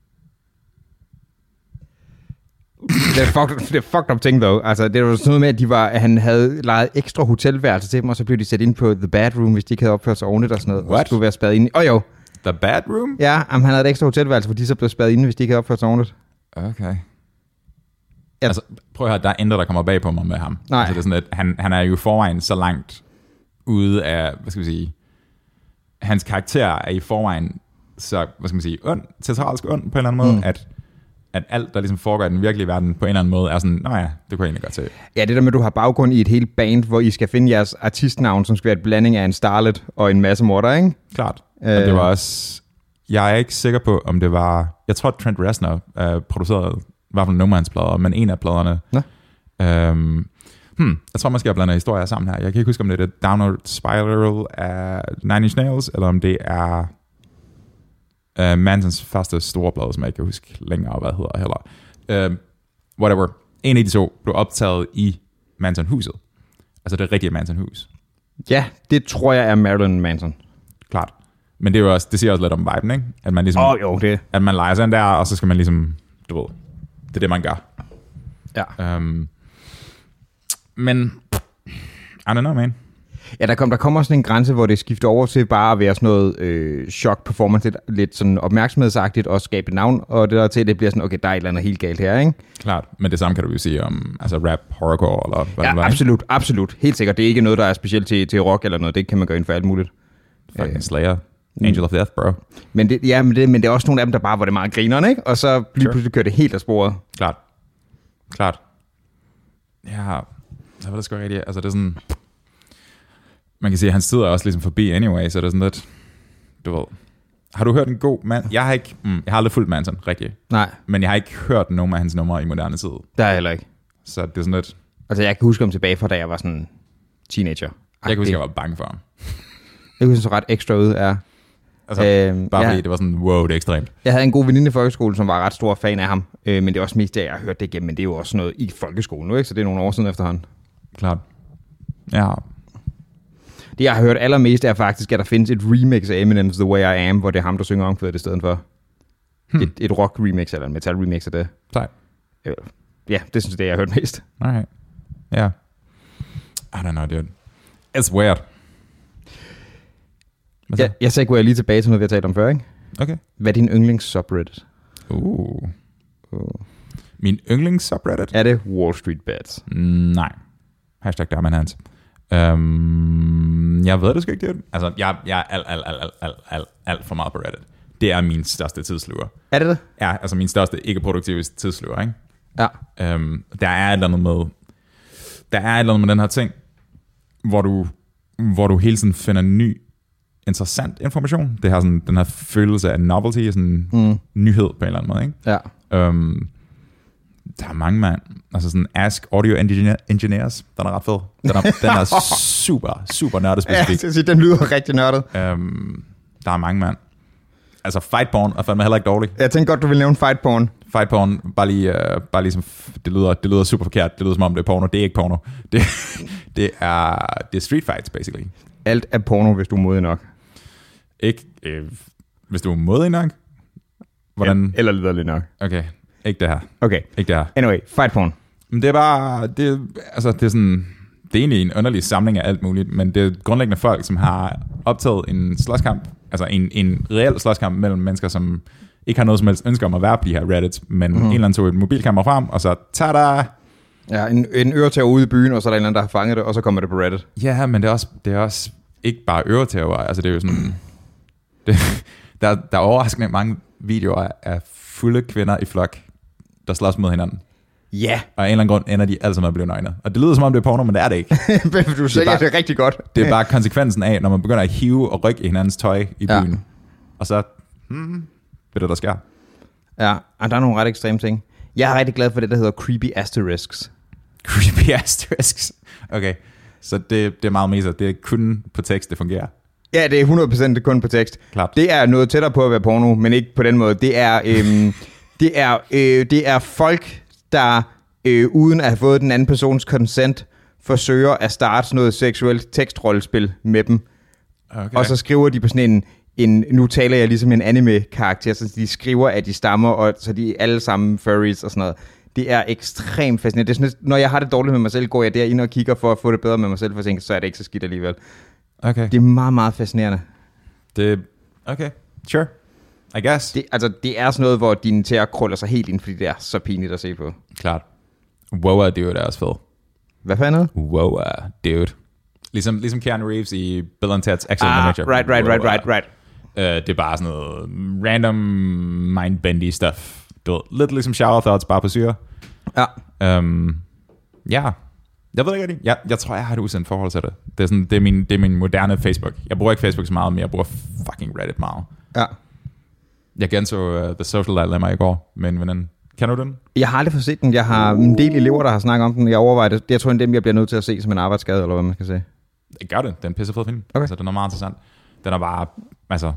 Det er fucked up ting, though. Altså, det var sådan noget med, at han havde lejet ekstra hotelværelser til dem, og så blev de sat ind på The Bad Room, hvis de ikke havde opført sig ordentligt og sådan noget. What? Og skulle være spadet inde. Jo. The Bad Room? Ja, han havde et ekstra hotelværelse, hvor de så blev spadet inde, hvis de ikke havde opført sig ordentligt. Okay. Ja. Altså, prøv at høre, der er intet, der kommer bag på mig med ham. Nej. Altså, det er sådan, at han er jo forvejen så langt ude af, hvad skal vi sige, hans karakter er i forvejen så, hvad skal man sige, teatralsk ond på en eller anden måde, at alt, der ligesom foregår i den virkelige verden på en eller anden måde, er sådan, nå ja, det kunne jeg egentlig godt se. Ja, det der med, at du har baggrund i et helt band, hvor I skal finde jeres artistnavn, som skal være et blanding af en starlet og en masse morder, ikke? Klart. Og det var også, jeg er ikke sikker på, om det var, jeg tror, at Trent Reznor producerede i hvert fald nogle af hans plader, men en af pladerne. Jeg tror måske, jeg blander historier sammen her. Jeg kan ikke huske, om det er The Downward Spiral af Nine Inch Nails, eller om det er Mansons første store plade, som jeg ikke kan huske længere, hvad hedder heller. Whatever. En af de to blev optaget i Manson-huset. Altså det rigtige Manson-hus. Ja, det tror jeg er Marilyn Manson. Klart. Men det er jo også, det siger også lidt om viben, ikke? At man ligesom, det. At man leger sådan der, og så skal man ligesom, du ved, det er det, man gør. Ja. Men, I don't know, man. Ja, der kommer sådan en grænse, hvor det skifter over til bare at være sådan noget shock performance, lidt sådan opmærksomhedsagtigt og skabe et navn, og det der til, det bliver sådan, okay, der er et eller andet helt galt her, ikke? Klart, men det samme kan du jo sige om altså rap, horrorcore eller hvad det var. Absolut. Helt sikkert. Det er ikke noget, der er specielt til rock eller noget. Det kan man gøre inden for alt muligt. Fucking Slayer. Angel of Death, bro. Men det er også nogle af dem, der bare var det meget grinerne, ikke? Og så pludselig kører det helt af sporet. Klart. Ja, så var det sgu rigtigt. Altså det er sådan... Man kan sige, at hans tid er også ligesom forbi anyway, så det er sådan lidt... Du ved... Har du hørt en god mand? Jeg har aldrig fulgt Manson, rigtigt. Nej. Men jeg har ikke hørt nogen af hans numre i moderne tid. Det har jeg heller ikke. Så det er sådan lidt... Altså jeg kan huske ham tilbage fra, da jeg var sådan teenager. Jeg kan huske, at jeg var bange for ham. Jeg husker så ret ekstra ud, ja. Altså, bare fordi det var sådan, wow, det er ekstremt. Jeg havde en god veninde i folkeskolen, som var ret stor fan af ham. Men det er også mest det, jeg har hørt det igennem. Men det er jo også noget i folkeskolen nu, ikke? Så det er nogle år siden efterhånden. Klart. Ja. Det, jeg har hørt allermest, er faktisk, at der findes et remix af Eminem's The Way I Am, hvor det er ham, der synger omkvædet i stedet for. Et rock-remix eller en metal-remix af det. Sejt. Ja, det synes jeg, jeg har hørt mest. Okay. Ja. I don't know, dude. It's weird. Ja, jeg sagde, går jeg lige tilbage til noget, vi har talt om før, ikke? Okay. Hvad er din yndlings-subreddit? Min yndlings-subreddit? Er det Wall Street Bets? Nej. #DermanHans. Jeg ved det sgu ikke, det. Altså, jeg er alt for meget på Reddit. Det er min største tidsluger. Er det det? Ja, altså min største ikke-produktive tidsluger, ikke? Ja. Der er et eller andet med den her ting, hvor du hele tiden finder ny, interessant information. Det har sådan den her følelse af novelty, sådan nyhed på en eller anden måde, ikke? Ja. Der er mange mand, altså sådan Ask Audio Engineers, den er ret fed. Den er super nørdespecifik. Ja, den lyder rigtig nørdet. Der er mange mand. Altså fight porn er fandme heller ikke dårligt. Jeg tænkte godt, du ville nævne fight porn. Fight porn, bare ligesom, det lyder super forkert. Det lyder som om det er porno. Det er ikke porno. Det er street fights, basically. Alt er porno, hvis du er modig nok. Ikke, hvis du er modig nok? Hvordan? Eller liderlig nok. Okay, ikke det her. Okay. Ikke det her. Anyway, fight porn. Men det er bare, det er sådan, det er egentlig en underlig samling af alt muligt, men det er grundlæggende folk, som har optaget en slåskamp, altså en reel slåskamp mellem mennesker, som ikke har noget som helst ønsker om at være på de her Reddits, men en eller anden tog et mobilkamera frem, og så tada! Ja, en øretæver ude i byen, og så er der en eller anden, der har fanget det, og så kommer det på Reddit. Ja, men det er også ikke bare øretæver, altså det er jo sådan, der er overraskende mange videoer af fulde kvinder i flok, der slås mod hinanden. Ja. Og af en eller anden grund ender de alle sammen med at blive nøgne. Og det lyder som om det er porno, men det er det ikke. Du siger det er rigtig godt. Det er bare konsekvensen af, når man begynder at hive og rykke i hinandens tøj i byen. Ja. Og så, det der sker. Ja, og der er nogle ret ekstreme ting. Jeg er rigtig glad for det, der hedder creepy asterisks. Creepy asterisks? Okay, så det er meget mest, det er kun på tekst, det fungerer. Ja, det er 100% kun på tekst. Klart. Det er noget tættere på at være porno, men ikke på den måde. Det er folk, der uden at have fået den anden persons consent, forsøger at starte noget seksuelt tekstrollespil med dem. Okay. Og så skriver de på sådan nu taler jeg ligesom en anime-karakter, så de skriver, at de stammer, og så de er alle sammen furries og sådan noget. Det er ekstremt fascinerende. Det er sådan, når jeg har det dårligt med mig selv, går jeg derind og kigger for at få det bedre med mig selv, for så er det ikke så skidt alligevel. Okay. Det er meget, meget fascinerende. Okay, sure. I guess. Det er sådan noget, hvor dine tæer krøller sig helt ind, fordi det er så pinligt at se på. Klart. Wow, dude er også fed. Hvad fanden? Wow, dude. Ligesom Keanu Reeves i Bill and Ted's Excellent Adventure. Right. Det er bare sådan noget random mind-bendy stuff. Du ved, lidt ligesom shower thoughts, bare på syre. Ja. Ja. Jeg ved ikke rigtig. Jeg tror, jeg har et usendt forhold til det. Det er min moderne Facebook. Jeg bruger ikke Facebook så meget, men jeg bruger fucking Reddit meget. Ja. Jeg genså The Social Dilemma i går med en veninde. Kender du den? Jeg har aldrig fået set den. Jeg har en del elever, der har snakket om den. Jeg overvejer det. Jeg tror, det er dem, jeg bliver nødt til at se som en arbejdsskade, eller hvad man skal sige. Jeg gør det. Det er en pissefed film. Okay. Altså, den er meget interessant. Den er bare, altså...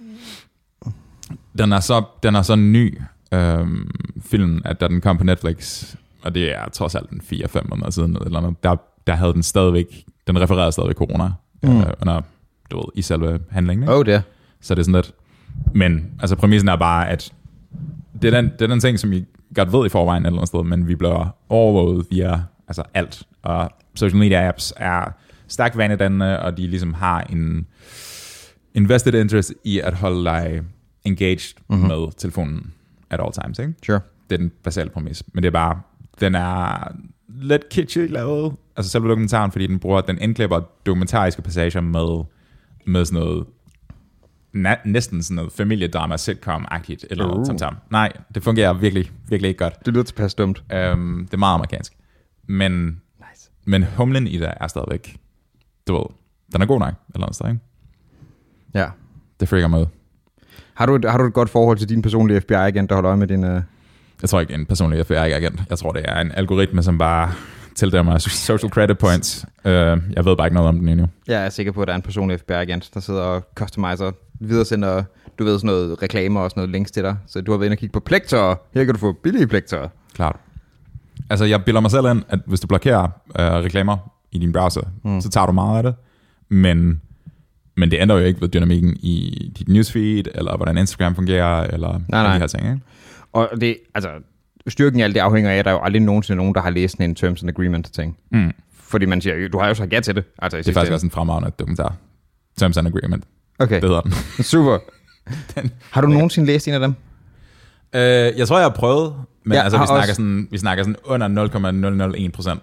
Den er så ny film, at da den kom på Netflix, og det er trods alt 4-5 måneder siden, eller noget, der havde den stadigvæk, den refererede stadigvæk corona, under, du ved, i selve handlingen. Ikke? Det. Så det er sådan lidt... Men altså præmissen er bare, at det er den ting, som I godt ved i forvejen et eller andet sted, men vi bliver overvåget via altså alt. Og social media apps er stærkt vanedannende, og de ligesom har en invested interest i at holde dig engaged med telefonen at all times, ikke? Sure. Det er den basale præmis. Men det er bare, den er lidt kitschy lavet, altså selve dokumentaren, fordi den indklipper dokumentariske passager med sådan noget næsten sådan noget familiedrama sitcom-agtigt eller noget tam-tam. Nej, det fungerer virkelig, virkelig ikke godt. Det lyder tilpas dumt. Det er meget amerikansk. Men humlen i det er stadigvæk, du ved, den er god nok, eller andet sted, ikke? Ja. Det freaker mig ud. Har du et godt forhold til din personlige FBI-agent, der holder øje med din... Jeg tror ikke, en personlig FBI-agent. Jeg tror, det er en algoritme, som bare tildeler mig social credit points. Jeg ved bare ikke noget om den endnu. Jeg er sikker på, at der er en personlig FBI-agent, der sidder og customiser, videresender, du ved, sådan noget reklamer og sådan noget links til dig. Så du har været inde og kigge på plektorer. Her kan du få billige plektorer. Klart. Altså, jeg bilder mig selv ind, at hvis du blokerer reklamer i din browser, så tager du meget af det. Men det ændrer jo ikke ved dynamikken i dit newsfeed, eller hvordan Instagram fungerer, eller alle de her ting, ikke? Og det, altså, styrken i alt det afhænger af, at der er jo aldrig nogensinde nogen, der har læst en Terms and Agreement ting. Fordi man siger, du har jo sagt ja til det. Altså, det er faktisk også en fremragende dokumentar. Terms and Agreement. Okay. Det hedder den. Super. Har du nogensinde læst en af dem? Jeg tror, jeg har prøvet, men altså, vi snakker sådan under 0,001%.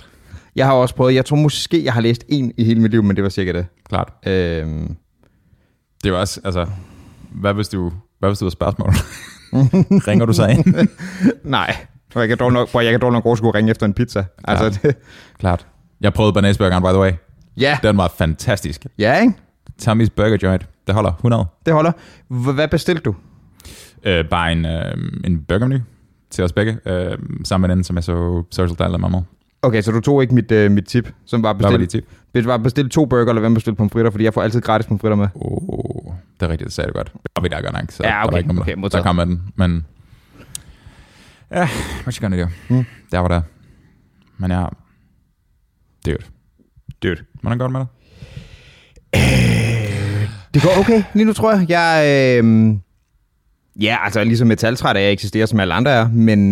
Jeg har også prøvet, jeg tror måske, jeg har læst 1 i hele mit liv, men det var cirka det. Klart. Det var også, altså, hvad hvis du har spørgsmål? Ringer du så ind? Nej, jeg kan dog nok overskue at ringe efter en pizza. Klart. Altså, det... Klart. Jeg prøvede banasburgeren, by the way. Ja. Den var fantastisk. Ja, ikke? Tommy's Burger Joint. Det holder 100. Det holder. Hvad bestilte du? Bare en burgermenu til os begge, sammen med den, som jeg så Social Dilemma med. Okay, så du tog ikke mit tip, som var Hvad var dit tip? Det var bestilt 2 burger, eller hvem bestilte pomfritter, fordi jeg får altid gratis pomfritter med. Det er rigtigt, det sagde du godt. Og vi der godt nok, så ja, okay, der var ikke nogen, der kom med den. Men ja, hvad skal jeg gøre? Der var der. Men ja, dude. Hvordan går det med dig? Det går okay lige nu, tror jeg. Ja, altså ligesom metaltræt er jeg eksisterer, som alle andre er,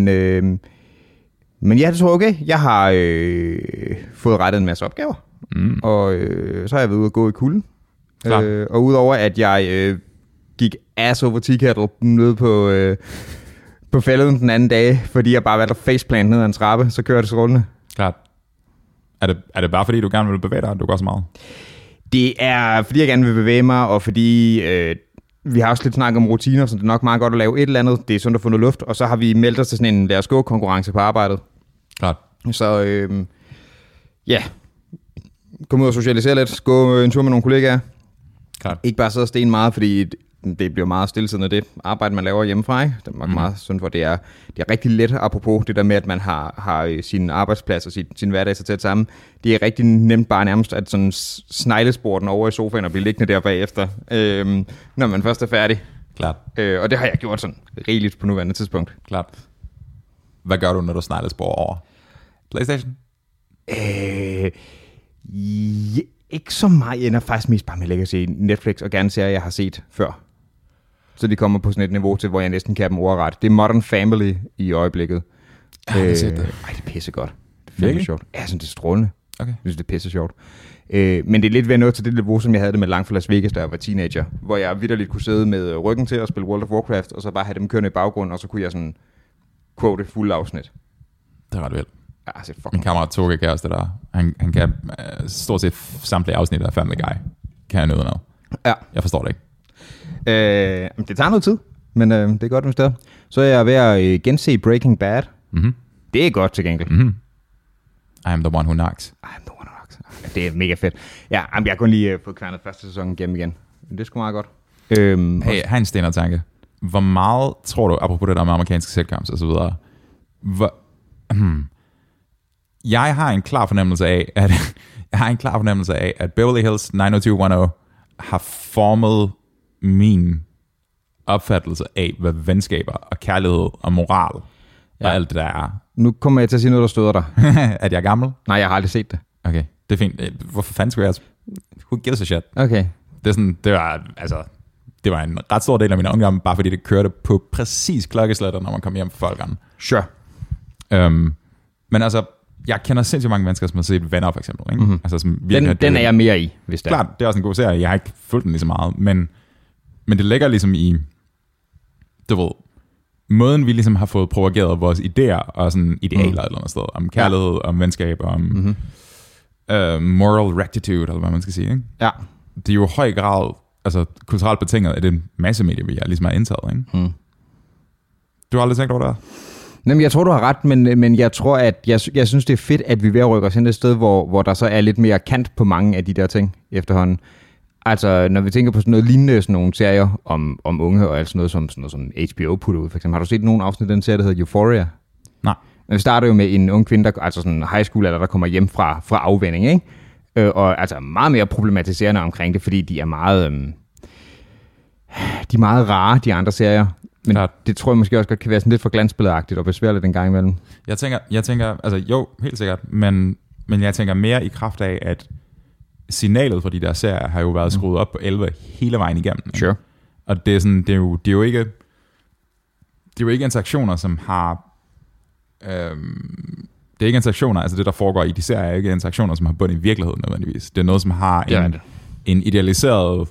men ja, det tror jeg okay. Jeg har fået rettet en masse opgaver, og så har jeg været ude at gå i kulden. Og udover at jeg gik ass over tea-kettle nede på fælden den anden dag, fordi jeg bare valgte at faceplant ned ad en trappe, så kører det strålende. Klart. Er det bare fordi, du gerne vil bevæge dig, at du går så meget? Det er fordi, jeg gerne vil bevæge mig, og fordi vi har også lidt snakket om rutiner, så det er nok meget godt at lave et eller andet. Det er sundt at få noget luft, og så har vi meldt os til sådan en lad os gå konkurrence på arbejdet. Klart. Så ja, komme ud og socialisere lidt, gå en tur med nogle kollegaer. Klart. Ikke bare sidde og sten meget, fordi det bliver meget stillesiddende det arbejde, man laver hjemmefra. Ikke? Det er meget synd for, det er rigtig let, apropos det der med, at man har sin arbejdsplads og sin hverdag så tæt sammen. Det er rigtig nemt bare nærmest at sådan sneglespore den over i sofaen og blive liggende der bagefter, når man først er færdig. Klart. Og det har jeg gjort sådan rigeligt på nuværende tidspunkt. Klart. Hvad gør du, når du sneglespore over? PlayStation? Ikke så meget. Jeg ender faktisk mest bare med at lægge se Netflix og gerne serier, jeg har set før. Så de kommer på sådan et niveau til, hvor jeg næsten kan dem ordret. Det er Modern Family i øjeblikket. Det er pissegodt. Det er fandme sjovt. Ja, jeg synes, det er strålende. Okay. Jeg synes, det er pisse sjovt. Men det er lidt ved at nå til det niveau, som jeg havde det med Langt fra Las Vegas, da jeg var teenager. Hvor jeg vitterligt kunne sidde med ryggen til at spille World of Warcraft, og så bare have dem kørende i baggrunden, og så kunne jeg sådan quote fuld afsnit. Det er ret vildt. Altså, min kammerat Toge kan også det der. Han kan stort set samtlige afsnit af Family Guy. Kan jeg nøde noget. Ja. Jeg forstår det ikke. Det tager noget tid, men det er godt nu sted. Så er jeg ved at gense Breaking Bad. Mm-hmm. Det er godt til gengæld. Mm-hmm. I am the one who knocks. Det er mega fedt. Ja, jeg har kun lige fået kværnet første sæson igennem igen. Det er sgu meget godt. Hey, har en stenertanke. Hvor meget tror du, apropos det der med amerikanske sitcoms og så videre, jeg har en klar fornemmelse af, at Beverly Hills 90210 har formet min opfattelse af, hvad venskaber og kærlighed og moral og alt det der er. Nu kommer jeg til at sige noget, der støder dig. At jeg er gammel? Nej, jeg har aldrig set det. Okay, det er fint. Hvorfor fanden skulle jeg who gives a shit? Okay. Det var en ret stor del af min ungdom, bare fordi det kørte på præcis klokkeslætter, når man kom hjem fra folkene. Sure. Men altså, jeg kender sindssygt mange mennesker, som har set Venner, for eksempel. Ikke? Mm-hmm. Altså, som den er jeg mere i, hvis det er. Klart, det er også en god serie. Jeg har ikke fulgt den lige så meget, men det ligger ligesom i, du ved, måden vi ligesom har fået propageret vores idéer og sådan idealer et eller andet sted, om kærlighed, om venskab, om moral rectitude, eller hvad man skal sige. Ikke? Ja. Det er jo i høj grad altså, kulturelt betinget af den massemedie, vi ligesom har indtaget. Ikke? Mm. Du har aldrig tænkt over det? Jamen, jeg tror, du har ret, men jeg tror, at jeg synes, det er fedt, at vi er ved at rykke os hen et sted, hvor der så er lidt mere kant på mange af de der ting efterhånden. Altså, når vi tænker på sådan noget lignende, sådan nogle serier om unge og alt sådan noget som HBO putter ud, for eksempel. Har du set nogen afsnit af den serie, der hedder Euphoria? Nej. Vi starter jo med en ung kvinde, altså sådan en high school, der kommer hjem fra afvænning, ikke? Og altså meget mere problematiserende omkring det, fordi de er meget rare, de andre serier. Men det tror jeg måske også godt kan være sådan lidt for glansbilledagtigt og besværligt en gang imellem. Jeg tænker, altså jo, helt sikkert, men jeg tænker mere i kraft af, at signalet for de der serier har jo været skruet op på 11 hele vejen igennem. Sure. Og det er sådan, det er jo ikke interaktioner, som har det er ikke interaktioner, altså det der foregår i de serier er ikke interaktioner, som har bund i virkeligheden nødvendigvis. Det er noget, som har en idealiseret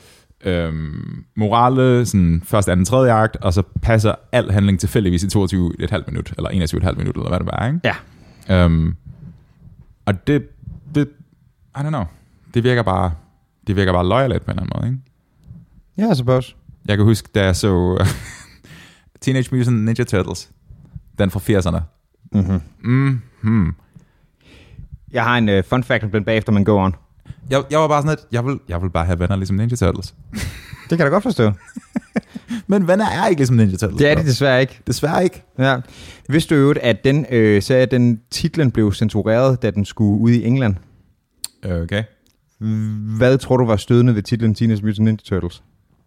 morale, sådan første, anden, tredje akt, og så passer al handling tilfældigvis i 22,5 minut, eller 21,5 minut, eller hvad det var, ikke? Ja. Og det, I don't know, det virker bare loyalt på en eller anden måde, ikke? Ja, så suppose. Jeg kan huske, da jeg så Teenage Mutant Ninja Turtles, den fra 80'erne. Mm-hmm. Jeg har en fun fact om den bagefter, man går on. Jeg var bare sådan lidt, jeg vil bare have venner ligesom Ninja Turtles. Det kan jeg godt forstå. Men venner er ikke ligesom Ninja Turtles. Det er det desværre ikke. Desværre ikke. Ja. Vidste du jo, at den serie, den titlen blev censureret, da den skulle ud i England? Okay. Hvad tror du var stødende ved titlen Teenage Mutant Ninja Turtles?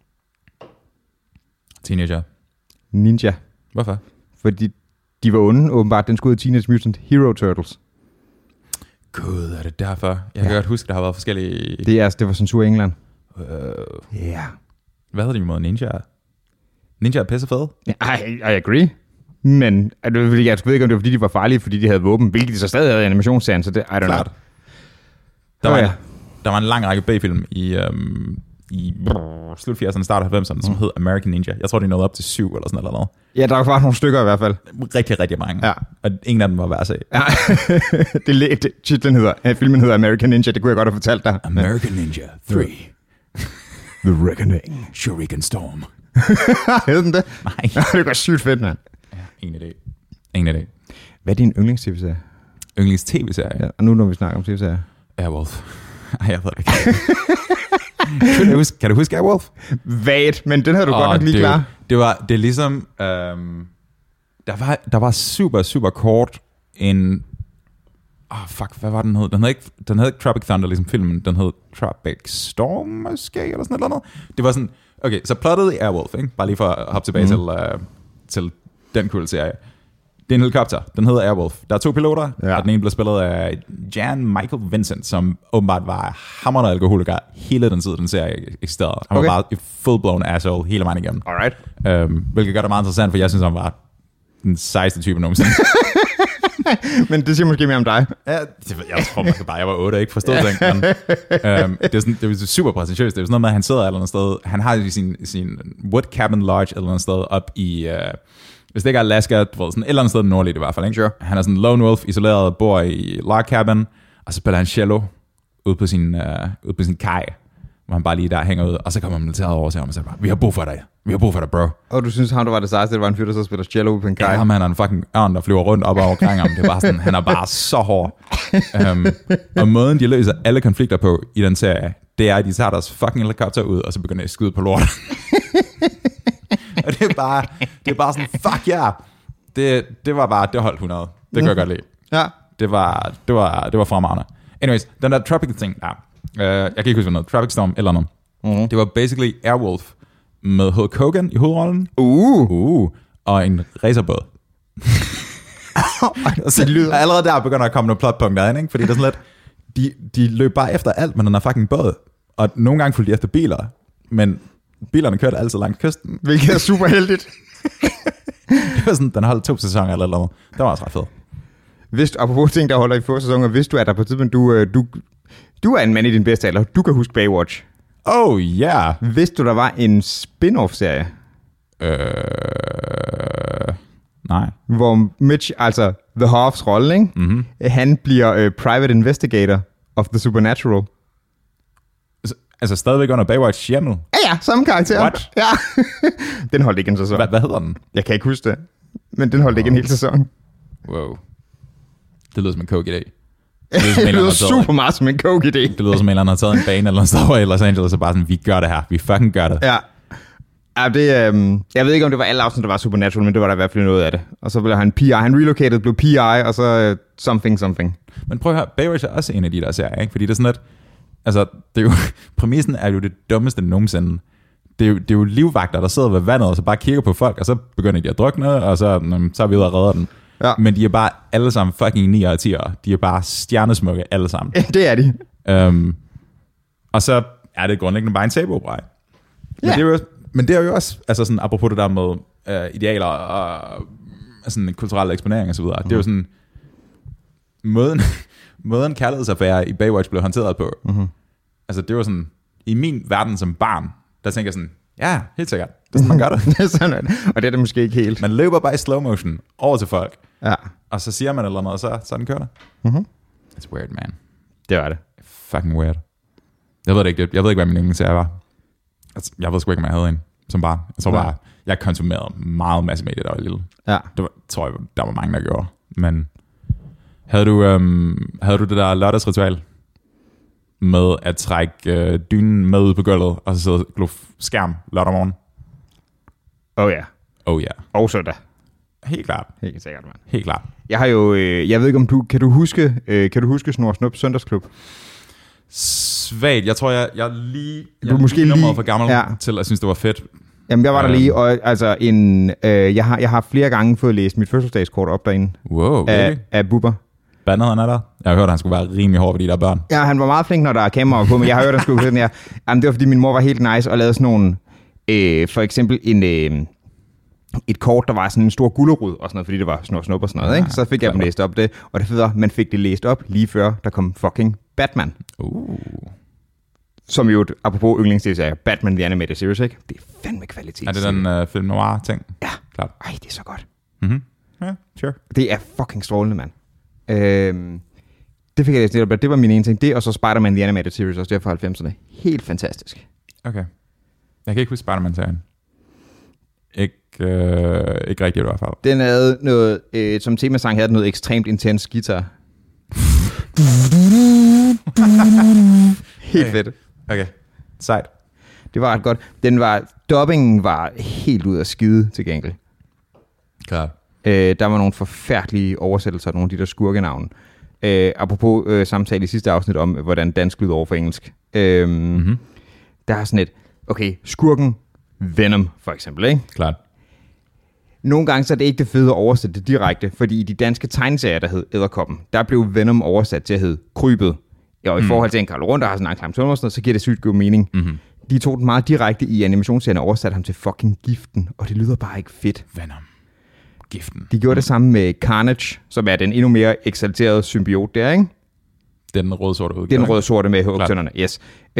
Teenager. Ninja. Hvorfor? Fordi de var onde, åbenbart. Den skulle ud i Teenage Mutant Hero Turtles. Gud, er det derfor? Jeg kan godt huske, der har været forskellige... Det var censur i England. Ja. Hvad hedder de med Ninja? Ninja er pissefede? I agree. Men jeg ved ikke, om det var, fordi de var farlige, fordi de havde våben, hvilket de så stadig havde i animationsserien, så det, I don't know. Der var en lang række B-film i slut 80'erne, start 90'erne, som hed American Ninja. Jeg tror, de nåede op til 7 eller sådan noget. Ja, der var faktisk nogle stykker i hvert fald. Rigtig, rigtig mange. Ja. Og ingen af dem var værd at se. Ja. Filmen hedder American Ninja, det kunne jeg godt have fortalt dig. American Ninja 3. The Reckoning. Shuriken Storm. Hed den det? Nej. Det var sygt fedt, mand. Ja, ingen idé. Hvad er din yndlings-tv-serie? Yndlings-tv-serie? Ja, og nu når vi snakker om tv-serier. Airwolf. Ej, jeg ved det ikke. Kan du huske Airwolf? Vagt, men den havde du godt nok lige klar. Det er ligesom... der var super, super kort en... hvad var den hed? Den hed ikke Tropic Thunder, ligesom filmen. Den hed Tropic Storm, måske, eller sådan noget. Det var sådan... Okay, så plottet i Airwolf, ikke? Bare lige for at hoppe tilbage til den cool serie. Det er en helikopter. Den hedder Airwolf. Der er 2 piloter, og den ene blev spillet af Jan Michael Vincent, som åbenbart var hammerende alkoholiker hele den tid, den serie eksisterede. Han var bare et full-blown asshole hele vejen igennem. Alright. Hvilket gør det meget interessant, for jeg synes, han var den sejeste type nogensinde. Men det siger måske mere om dig. Ja, jeg tror måske bare, jeg var 8 og ikke forstod det. Men, det var super præsentøst. Det er sådan noget med, at han sidder et eller andet sted. Han har sin wood cabin lodge et eller andet sted op i... hvis det ikke er Alaska, sådan et eller andet sted nordligt i hvert fald, ikke? Sure. Han er sådan en lone wolf, isoleret, bor i log cabin, og så spiller han cello ude på sin kaj, hvor han bare lige der hænger ud, og så kommer han militæret over til ham og siger bare, vi har brug for dig, bro. Og du synes, han der var det sejeste, det var en fyr, der så spiller cello ude på en kaj? Ja, han er en fucking ørn, der flyver rundt op og omkring ham. Det er bare sådan, han er bare så hård. Og måden, de løser alle konflikter på i den serie, det er, at de tager deres fucking helikopter ud, og så begynder de at skyde på lort. Og det er bare sådan, fuck yeah. Det var bare, det holdt 100. Det kan jeg godt lide. Ja. Det var fremragende. Anyways, den der Tropic thing, jeg kan ikke huske noget, Tropic Storm eller noget. Mm-hmm. Det var basically Airwolf med Hulk Hogan i hovedrollen. Og en racerbåd. Allerede der begynder at komme nogle plotpunkter ind, ikke? Fordi det er sådan lidt, de løb bare efter alt, men den er fucking båd. Og nogle gange fulgte de efter biler, men bilerne kørte altid langs kysten. Hvilket er super heldigt. Det var sådan, den holdt 2 sæsoner eller noget. Det var også ret fedt. Apropos ting, der holder i få sæsoner, vidste du, at der på tidspunkt, du er en mand i din bedste alder. Du kan huske Baywatch. Oh, ja. Yeah. Vidste du, der var en spin-off-serie? Nej. Hvor Mitch, altså The Hoffs rolle, ikke? Mm-hmm. Han bliver private investigator of the supernatural. Altså stadigvæk under Baywatch hjemmel? Ja, samme karakter. What? Ja. Den holdt ikke en sæson. Hvad hedder den? Jeg kan ikke huske det. Men den holdt ikke en hel sæson. Wow. Det lyder som en coke-idé. Det lyder super meget som en coke-idé. Det lyder som en eller anden har taget en bane eller noget sted i Los Angeles og bare sådan, vi gør det her. Vi fucking gør det. Ja. Ja, det, jeg ved ikke, om det var alle afsnit, der var Supernatural, men det var der i hvert fald noget af det. Og så blev han PI. Han relocated, blev PI, og så something. Men prøv at høre, Baywatch er også en af de der serier, ikke? Fordi det er sådan lidt, altså, det er jo, præmissen er jo det dummeste nogensinde. Det er jo livvagter, der sidder ved vandet, og så bare kigger på folk, og så begynder de at drukne, og så er vi ude og redder den. Ja. Men de er bare alle sammen fucking 9 og 10'ere. De er bare stjernesmukke alle sammen. Det er de. Og så er det grundlæggende bare en tabu-opera. Men det er jo også, altså sådan, apropos det der med idealer og sådan en kulturel eksponering og så videre, det er jo sådan, måden kærlighedsaffære i Baywatch blev håndteret på. Altså det var sådan, i min verden som barn, der tænker jeg sådan, ja, helt sikkert, det er sådan, man gør det. Det er sådan, og det er det måske ikke helt. Man løber bare i slow motion over til folk, ja. og så siger man eller noget, så den kører det. It's weird, man. Det var det. Fucking weird. Jeg ved det ikke. Jeg ved ikke, hvad min yndlingsserie var. Altså, jeg ved sgu ikke, om jeg havde en som barn. Jeg tror bare, jeg konsumerede meget masse medier, der var lille. Ja. Det tror jeg, der var mange, der gjorde. Men havde du det der lørdagsritual med at trække dynen med ud på gulvet, og så sidde og glo skærm lørdag morgen? Oh ja. Oh ja. Og søndag. Helt klart. Helt sikkert, mand. Helt klart. Jeg har jo, jeg ved ikke om du, kan du huske Snor Snup Søndagsklub? Svagt. Jeg tror, jeg lige... Du er måske lige for gammel til at synes, det var fedt. Jamen, jeg var der lige, og altså jeg har flere gange fået læst mit fødselsdagskort op derinde. Wow, af Bubber. Bandede han er der? Jeg har hørt, at han skulle være rimelig hård ved de der børn. Ja, han var meget flink, når der er kamera på, men jeg har hørt, at han skulle sådan her. Jamen, det var, fordi min mor var helt nice og lavede sådan nogle, for eksempel et kort, der var sådan en stor gulerod og sådan noget, fordi det var Snor Snup og sådan noget, ikke? Så fik jeg dem læst op det, og det fede man fik det læst op lige før, der kom fucking Batman. Som jo, apropos yndlingsserie, Batman The Animated Series, ikke? Det er fandme kvalitet. Er det den film noir-ting? Ja, klart. Ej, det er så godt. Mhm. Ja, sure. Det er fucking strålende, mand. Det fik jeg læst lidt op. Det var min ene ting. Det, og så Spider-Man The Animated Series, også der fra 90'erne. Helt fantastisk. Okay. Jeg kan ikke huske Spider-Man-serien. Ikke rigtigt i hvert fald. Den havde noget, som temasang havde noget ekstremt intens guitar. Helt fedt. Okay, sejt. Det var ret godt. Dubbingen var helt ud af skide til gengæld. Klart. Der var nogle forfærdelige oversættelser af nogle af de der skurkenavne. Apropos samtale i sidste afsnit om, hvordan dansk lyder over for engelsk. Der er sådan et, okay, skurken Venom for eksempel, ikke? Klart. Nogle gange så er det ikke det fede at oversætte det direkte, fordi i de danske tegneserier, der hed Edderkoppen, der blev Venom oversat til at hedde Krybet. Og i forhold til en Karl Rundt, der har sådan en klam tone, så giver det sygt god mening. De tog den meget direkte i animationsserien og oversatte ham til fucking Giften, og det lyder bare ikke fedt. Venom. Giften. De gjorde det samme med Carnage, som er den endnu mere eksalterede symbiot der, ikke? Den røde-sorte udgave. Den røde-sorte med hugtønderne, yes.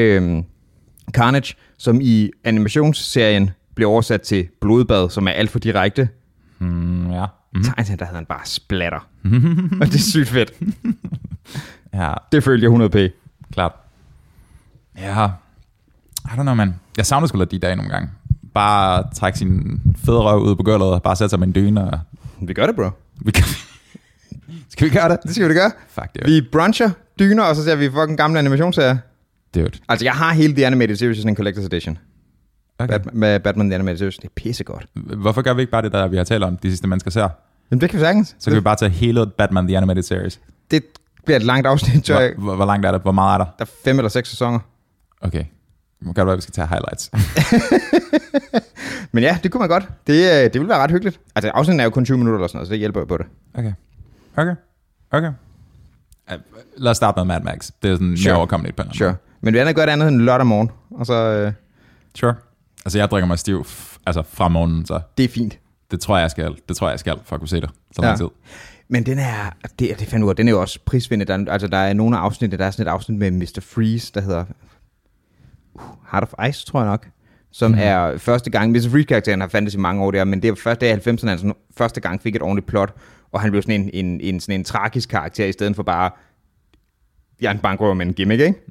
Carnage, som i animationsserien blev oversat til Blodbad, som er alt for direkte. Ja. Tegnet, der hedder han bare Splatter. Og det er sygt fedt. Ja. Det følte jeg 100p. Klart. Ja. I don't know, man. Jeg savner sgu lidt de dage nogle gange. Bare trække sin fede røv ud på gulvet og bare sætte sig med en dyne. Og... Vi gør det, bro. Skal vi gøre det? Det skal vi da gøre. Fuck det. Vi bruncher dyner, og så ser vi fucking gamle animationsserier. Dude. Altså, jeg har hele The Animated Series i en Collector's Edition. Okay. Med Batman The Animated Series. Det er pissegodt. Hvorfor gør vi ikke bare det, der vi har talt om, de sidste mennesker ser? Jamen, det kan vi sagtens. Så kan vi bare tage hele Batman The Animated Series. Det bliver et langt afsnit, tror jeg. Hvor langt er det? Hvor meget er der? Der er 5 eller 6 sæsoner. Okay. Det må godt være, at vi skal tage highlights. Men ja, det kunne man godt. Det ville være ret hyggeligt. Altså, afsnitten er jo kun 20 minutter eller sådan noget, så det hjælper jo på det. Okay. Lad os starte med Mad Max. Det er sådan mere overkommeligt på en Sure. Men vi andet gør det andet end lørdag morgen. Og så... Sure. Altså, jeg drikker mig stiv fra morgenen, så... Det er fint. Det tror jeg skal for at kunne se det så lang tid. Men den er... Det fandt ud af, den er jo også prisvindende. Der er nogle af afsnittene, der er sådan et afsnit med Mr. Freeze, der hedder... Heart of Ice, tror jeg nok. Som er første gang... Mr. Freeze-karakteren har fandtes i mange år der, men det er først der i 90'erne, han første gang fik et ordentligt plot, og han blev sådan en tragisk karakter, i stedet for bare... Jeg er en bankrøver med en gimmick, ikke?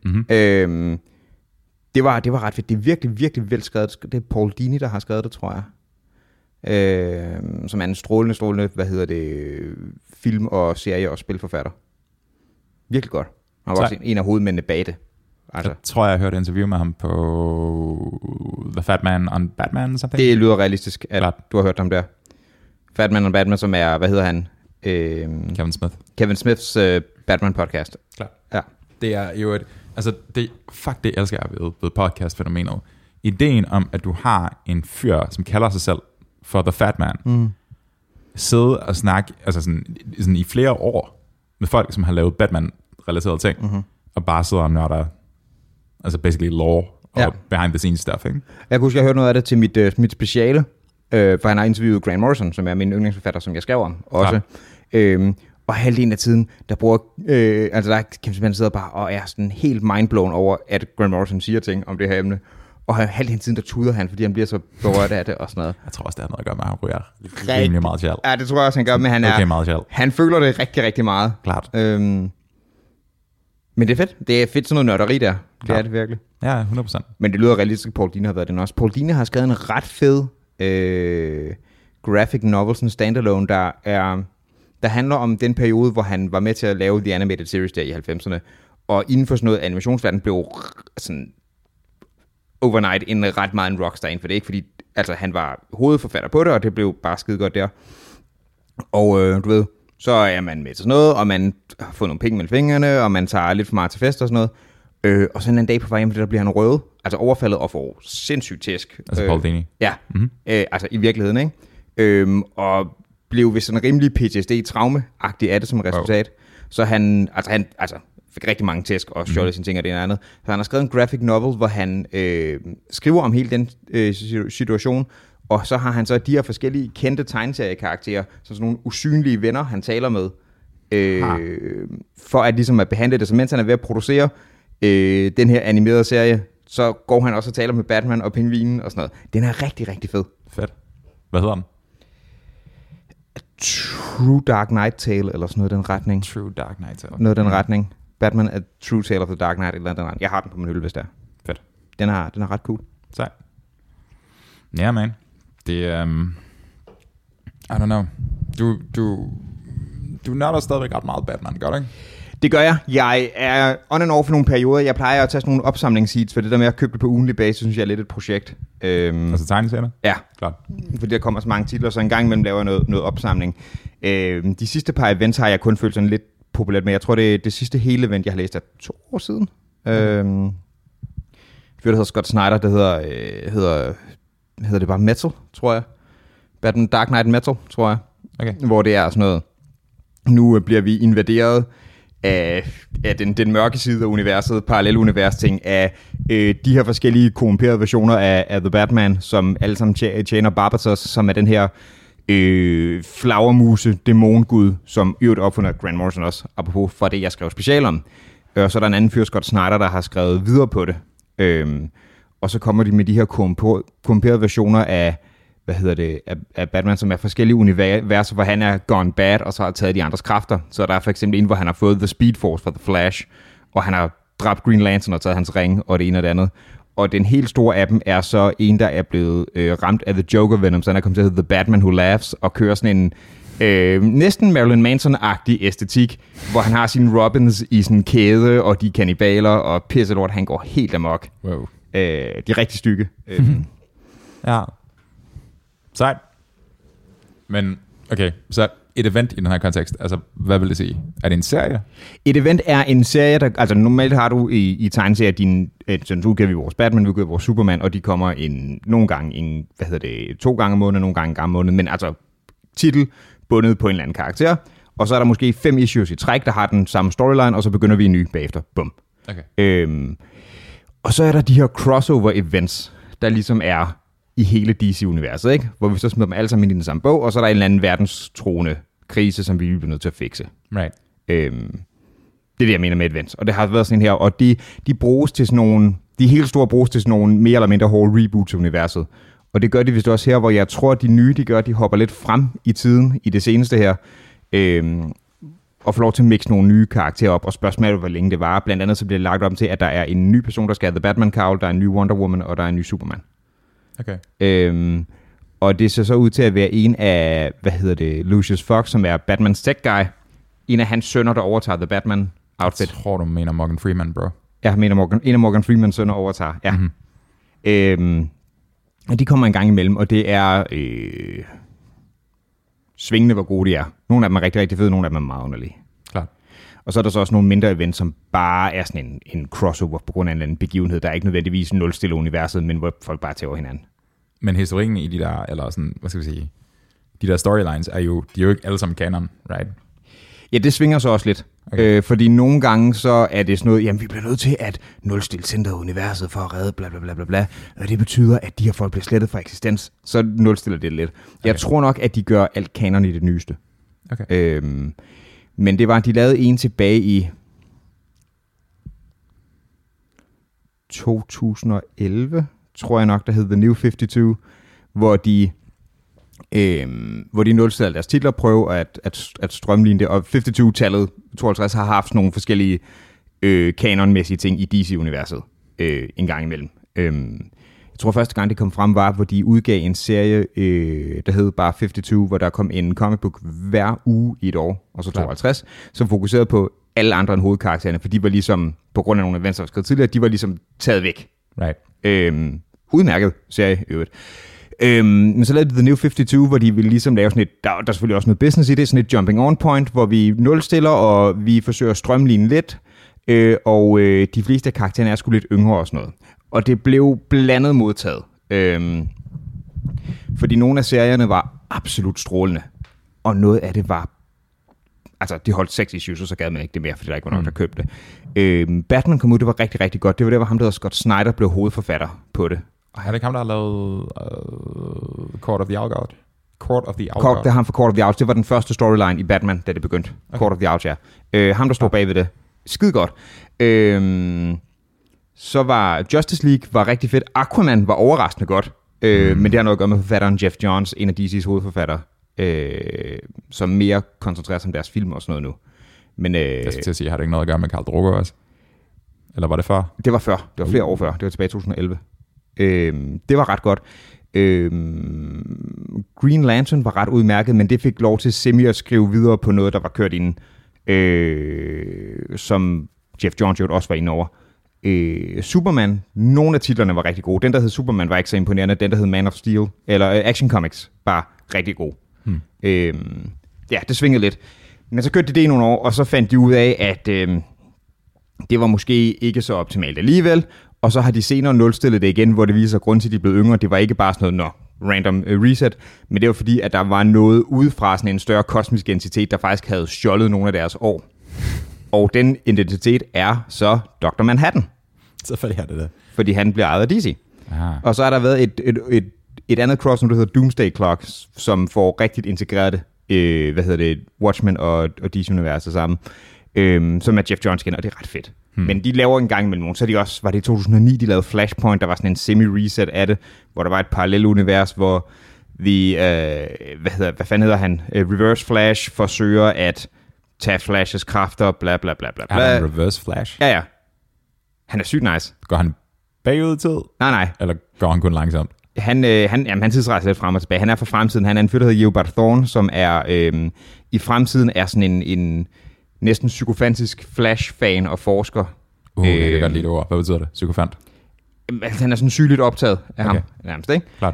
Det var ret fedt. Det er virkelig, virkelig velskrevet. Det er Paul Dini, der har skrevet det, tror jeg. Som er en strålende, film- og serie- og spilforfatter. Virkelig godt. Han var også en af hovedmændene bag det. Altså. Jeg tror, jeg hørte et interview med ham på The Fat Man on Batman. Something. Det lyder realistisk, at du har hørt ham der. Fat Man on Batman, som er, hvad hedder han? Kevin Smith. Kevin Smiths Batman-podcast. Klart. Ja. Det er jo det elsker jeg ved podcast-fænomenet. Ideen om, at du har en fyr, som kalder sig selv for The Fat Man, sidde og snakke altså sådan i flere år med folk, som har lavet Batman-relaterede ting, og bare sidder og nørder, altså basically lore og behind the scenes stuff, ikke? Jeg kan huske, jeg hørte noget af det til mit speciale, for han har interviewet Grant Morrison, som er min yndlingsforfatter, som jeg skrev om også. Og halvdelen af tiden, der bruger, der kan man sidde bare og er sådan helt mindblown over, at Grant Morrison siger ting om det her emne. Og halvdelen af tiden, der tuder han, fordi han bliver så berørt af det og sådan noget. Jeg tror også, det har noget at gøre med, at han ryger rimelig meget sjæl. Ja, det tror jeg også, han gør, men han føler det rigtig, rigtig meget. Klart. Men det er fedt. Det er fedt sådan noget nørderi der. Det er det virkelig. Ja, 100%. Men det lyder realistisk, at Paul Dini har været den også. Paul Dini har skrevet en ret fed graphic novel, sådan standalone, der handler om den periode, hvor han var med til at lave The Animated Series der i 90'erne. Og inden for sådan noget animationsverden blev sådan overnight en ret meget en rockstar inden for det. Ikke? Fordi altså, han var hovedforfatter på det, og det blev bare skide godt der. Og du ved, så er man med til sådan noget, og man har fået nogle penge mellem fingrene, og man tager lidt for meget til fest og sådan noget. Og så en dag på vej hjem, der bliver han røvet, altså overfaldet og får sindssygt tæsk. Altså Paul Dini? Ja, altså i virkeligheden, ikke? Og blev ved sådan en rimelig PTSD-traume-agtig af det som resultat. Wow. Så han fik rigtig mange tæsk og stjålet sine ting og det ene andet. Så han har skrevet en graphic novel, hvor han skriver om hele den situation, og så har han så de her forskellige kendte tegneseriekarakterer, som sådan nogle usynlige venner, han taler med, for at ligesom at behandle det. Så mens han er ved at producere den her animerede serie, så går han også og taler med Batman og Pingvinen og sådan noget. Den er rigtig, rigtig fed. Fedt. Hvad hedder den? True Dark Knight Tale, eller sådan noget den retning. True Dark Knight Tale. Noget den retning. Batman A True Tale of the Dark Knight, eller den retning. Jeg har den på min hylde, hvis det er. Fedt. Den er ret cool. Sej. Ja, man. Det er... I don't know. Du nørder stadigvæk ret meget Batman, gør du ikke? Det gør jeg. Jeg er on and off for nogle perioder. Jeg plejer at tage sådan nogle opsamlingsseeds, for det der med at købe det på ugenlig basis, synes jeg er lidt et projekt. Altså tegneserier? Ja, klart. Fordi der kommer så mange titler, så en gang imellem laver jeg noget opsamling. De sidste par events har jeg kun følt sådan lidt populært med. Jeg tror, det er det sidste hele event, jeg har læst, er 2 år siden. Der hedder Scott Snyder, det hedder det bare Metal, tror jeg. Batman Dark Knight Metal, tror jeg. Okay. Hvor det er sådan noget, nu bliver vi invaderet af den mørke side af universet, parallelunivers ting, af de her forskellige korrumperede versioner af The Batman, som alle sammen tjener Barbatos, som er den her flagermuse dæmongud, som i øvrigt opfundet af Grant Morrison også, apropos for det, jeg skrev special om. Og så er der en anden fyr, Scott Snyder, der har skrevet videre på det. Og så kommer de med de her korrumperede versioner af af Batman, som er forskellige universer, hvor han er gone bad, og så har taget de andres kræfter. Så der er for eksempel en, hvor han har fået The Speed Force fra The Flash, og han har dræbt Green Lantern og taget hans ring, og det ene og det andet. Og den helt store af dem er så en, der er blevet ramt af The Joker Venom, så han er kommet til at hedde The Batman Who Laughs, og kører sådan en næsten Marilyn Manson-agtig æstetik, hvor han har sine Robins i sådan en kæde, og de er kannibaler, og pisselort, han går helt amok. Wow. De er rigtig stykke. Ja. Sejt. Men, okay, så et event i den her kontekst, altså, hvad vil det sige? Er det en serie? Et event er en serie, der, altså normalt har du i tegneserier din, så udgiver vi vores Batman, vi udgiver vores Superman, og de kommer nogle gange, 2 gange om måneden, nogle gange en gang om måneden, men altså titel bundet på en eller anden karakter, og så er der måske 5 issues i træk, der har den samme storyline, og så begynder vi en ny bagefter. Bum. Okay. Og så er der de her crossover events, der ligesom er i hele DC-universet, ikke? Hvor vi så smider dem alle sammen ind i den samme bog, og så er der en eller anden verdenstroende krise, som vi bliver nødt til at fikse. Right. Det er det, jeg mener med events. Og det har været sådan her, og de bruges til sådan nogle, de helt store bruges til sådan nogle mere eller mindre hårde reboots til universet. Og det gør de vist også her, hvor jeg tror, at de nye, de hopper lidt frem i tiden i det seneste her, og får lov til at mixe nogle nye karakterer op, og spørgsmålet hvor længe det var. Blandt andet så bliver det lagt op til, at der er en ny person, der skal have The Batman-cowl, der er en ny Wonder Woman, og der er en ny Superman. Okay. Og det ser så ud til at være en af, Lucius Fox, som er Batmans tech guy. En af hans sønner, der overtager The Batman outfit. Jeg tror, du mener Morgan Freeman, bro. Jeg mener en af Morgan Freemans sønner overtager, ja. Mm-hmm. Og de kommer en gang imellem, og det er svingende, hvor gode de er. Nogle af dem er rigtig, rigtig fede, nogle af dem er meget underlige. Klart. Og så er der så også nogle mindre events, som bare er sådan en crossover på grund af en eller anden begivenhed, der er ikke nødvendigvis nulstille universet, men hvor folk bare tager hinanden. Men historikken i de der, eller sådan, hvad skal vi sige, de der storylines de er jo ikke alle sammen canon, right? Ja, det svinger så også lidt. Okay. Fordi nogle gange så er det sådan noget, jamen vi bliver nødt til at nulstille centret universet for at redde bla bla bla bla bla. Og det betyder, at de her folk bliver slettet fra eksistens. Så nulstiller det lidt. Okay. Jeg tror nok, at de gør alt canon i det nyeste. Okay. Men det var, de lavede en tilbage i 2011, tror jeg nok, der hed The New 52, hvor de nulstillede deres titler, prøve at strømligne det, og 52-tallet, 52, har haft nogle forskellige kanonmæssige ting i DC-universet en gang imellem. Jeg tror første gang det kom frem var, hvor de udgav en serie, der hed bare 52, hvor der kom en comic book hver uge i et år, og så 52, som fokuserede på alle andre end hovedkaraktererne, for de var ligesom, på grund af nogle events, der var skrevet tidligere, de var ligesom taget væk. Right. Udmærket serie i øvrigt. Men så lavede de The New 52, hvor de ville ligesom lave sådan et, der er selvfølgelig også noget business i det, sådan et jumping on point, hvor vi nulstiller, og vi forsøger at strømline lidt, og de fleste af karaktererne er sgu lidt yngre og sådan noget. Og det blev blandet modtaget. Fordi nogle af serierne var absolut strålende, og noget af det var, altså det holdt 6 issues, og så gad man ikke det mere, fordi der ikke var nogen, der købte det. Batman kom ud, det var rigtig, rigtig godt. Det var der, hvor ham, der hedder Scott Snyder, blev hovedforfatter på det. Og er det ikke ham, der har lavet Court of the Owlgod? Det er ham for Court of the Owlgod. Det var den første storyline i Batman, da det begyndte. Okay. Court of the Owlgod, ja. Ham, der stod bag ved det. Skide godt. Så var Justice League var rigtig fedt. Aquaman var overraskende godt. Men det har noget at gøre med forfatteren Jeff Johns, en af DC's hovedforfattere, som mere koncentrerer sig om deres film og sådan noget nu. Men, jeg skal til at sige, har det ikke noget at gøre med Khal Drogo også? Eller var det før? Det var før. Det var flere år før. Det var tilbage i 2011. Det var ret godt. Green Lantern var ret udmærket, men det fik lov til semi at skrive videre på noget, der var kørt ind, som Jeff Johns også var inde over. Superman, nogle af titlerne var rigtig gode. Den, der hed Superman, var ikke så imponerende. Den, der hed Man of Steel, eller Action Comics, var rigtig god. Ja, det svingede lidt. Men så kørte de det i nogle år, og så fandt de ud af, at det var måske ikke så optimalt alligevel. Og så har de senere nulstillet det igen, hvor det viser sig, grund til, at de blev yngre. Det var ikke bare sådan noget random reset, men det var fordi, at der var noget udefra, sådan en større kosmisk entitet, der faktisk havde stjålet nogle af deres år. Og den identitet er så Dr. Manhattan. Selvfølgelig er det det. Fordi han bliver ejet af DC. Aha. Og så har der været et andet cross, der hedder Doomsday Clock, som får rigtigt integreret Watchmen og DC-universet sammen, som er Jeff Johns kender, og det er ret fedt. Men de laver en gang imellem nogen. Så de også, var det i 2009, de lavede Flashpoint, der var sådan en semi-reset af det, hvor der var et parallelt univers, hvor hvad fanden hedder han? Reverse Flash forsøger at tage Flashes kræfter, bla bla bla bla. Er han Reverse Flash? Ja. Han er sygt nice. Går han bagud i tid? Nej. Eller går han kun langsomt? Han tidsrejser lidt frem og tilbage. Han er fra fremtiden. Han er en fyr, der hedder Eobard Thawne, som er i fremtiden er sådan en næsten psykofantisk Flash-fan og forsker. Jeg kan godt lide det ord. Hvad betyder det? Psykofant? Han er sådan sygeligt optaget af ham. Nærmest, ikke? Klart.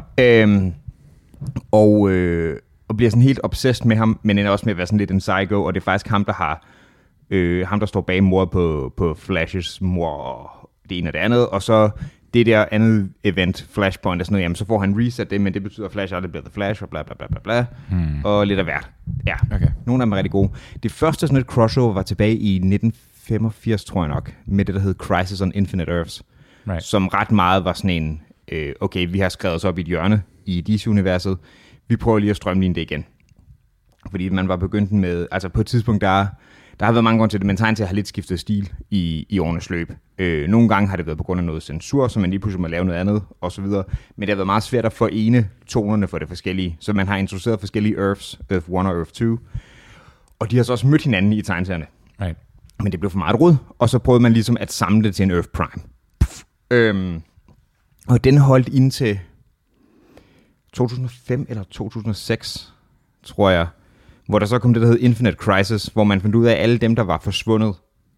Og bliver sådan helt obsessed med ham, men ender også med at være sådan lidt en psycho, og det er faktisk ham, der har ham, der står bag mordet på Flashes mor og det ene og det andet, og så det der andet event, Flashpoint, og sådan noget, jamen så får han reset det, men det betyder, at Flash aldrig bliver The Flash, og bla bla bla bla bla, og lidt af hvert. Ja, okay. Nogle af dem er rigtig gode. Det første sådan et crossover var tilbage i 1985, tror jeg nok, med det, der hed Crisis on Infinite Earths, right. Som ret meget var sådan en, okay, vi har skrevet os op i et hjørne i DC-universet, vi prøver lige at strømline det igen. Fordi man var begyndt med, altså på et tidspunkt, der har været mange grunde til det, men tegn til at have lidt skiftet stil i årenes løb. Nogle gange har det været på grund af noget censur, så man lige pludselig må lave noget andet, og så videre. Men det har været meget svært at forene tonerne for det forskellige. Så man har introduceret forskellige Earths, Earth 1 og Earth 2. Og de har så også mødt hinanden i tegneserierne. Right. Men det blev for meget rod, og så prøvede man ligesom at samle det til en Earth Prime. Og den holdt indtil 2005 eller 2006, tror jeg, hvor der så kom det, der hed Infinite Crisis, hvor man fandt ud af, at alle dem, der var forsvundet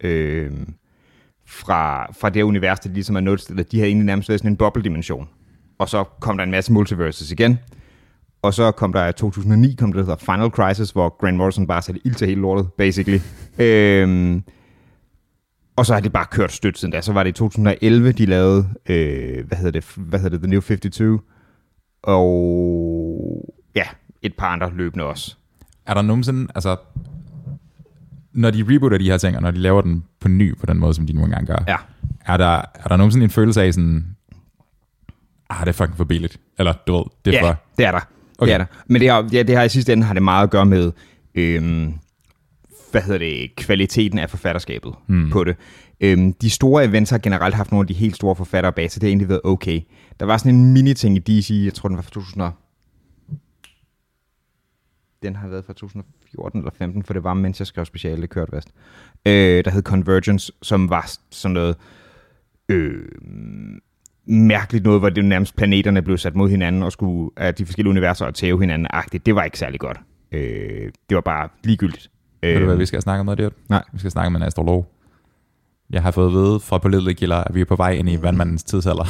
fra det univers, der ligesom er nulstillet, de havde egentlig nærmest været sådan en bobble-dimension. Og så kom der en masse multiverses igen. Og så kom der i 2009, kom det, der hedder Final Crisis, hvor Grant Morrison bare satte ild til hele lortet, basically. Og så har de bare kørt stødt siden da. Så var det i 2011, de lavede, The New 52. Og ja, et par andre løbende også. Er der nogensinde, altså, når de rebooter de her ting, og når de laver den på ny på den måde, som de nu engang gør, ja. er der nogensinde en følelse af sådan, det er fucking for billigt, eller du ved, det er for... det er der. Okay. Det er der. Men det har i sidste ende har det meget at gøre med, kvaliteten af forfatterskabet på det. De store events har generelt haft nogle af de helt store forfattere bag, så det har egentlig været okay. Der var sådan en mini-ting i DC, jeg tror den var fra 2000. Den har været fra 14 eller 15, for det var, mens jeg skrev speciale, det kørte vast. Der hed Convergence, som var sådan noget mærkeligt noget, hvor det nærmest planeterne blev sat mod hinanden, og skulle af de forskellige universer og tæve hinanden-agtigt. Det var ikke særlig godt. Det var bare ligegyldigt. Ved du hvad, vi skal snakke om noget, det? Nej. Vi skal snakke med en astrolog. Jeg har fået at vide fra pålidelige kilder, at vi er på vej ind i vandmandens tidsalder.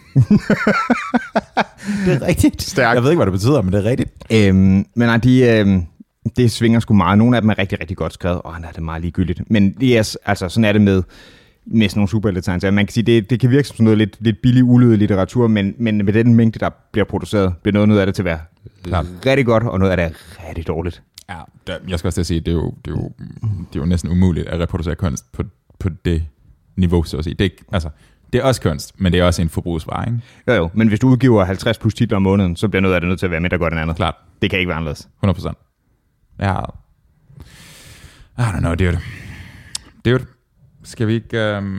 Det er rigtigt. Stærkt. Jeg ved ikke, hvad det betyder, men det er rigtigt. Men nej, det svinger sgu meget. Nogle af dem er rigtig, rigtig godt skrevet. Nej, det er meget ligegyldigt. Men det er, altså, sådan er det med sådan nogle superheltetegn. Man kan sige, det kan virke som sådan noget lidt billig, ulydig litteratur, men med den mængde, der bliver produceret, bliver noget af det til at være rigtig godt, og noget af det er rigtig dårligt. Ja, jeg skal også sige, det er jo næsten umuligt at reproducere kunst på det niveau, så at sige. Det er også kunst, men det er også en forbrugsvare, ikke? Jo, men hvis du udgiver 50 plus titler om måneden, så bliver noget af det nødt til at være mindre godt end andet. Klart. Det kan ikke være anderledes. 100%. Ja. I don't know, dude. Skal vi ikke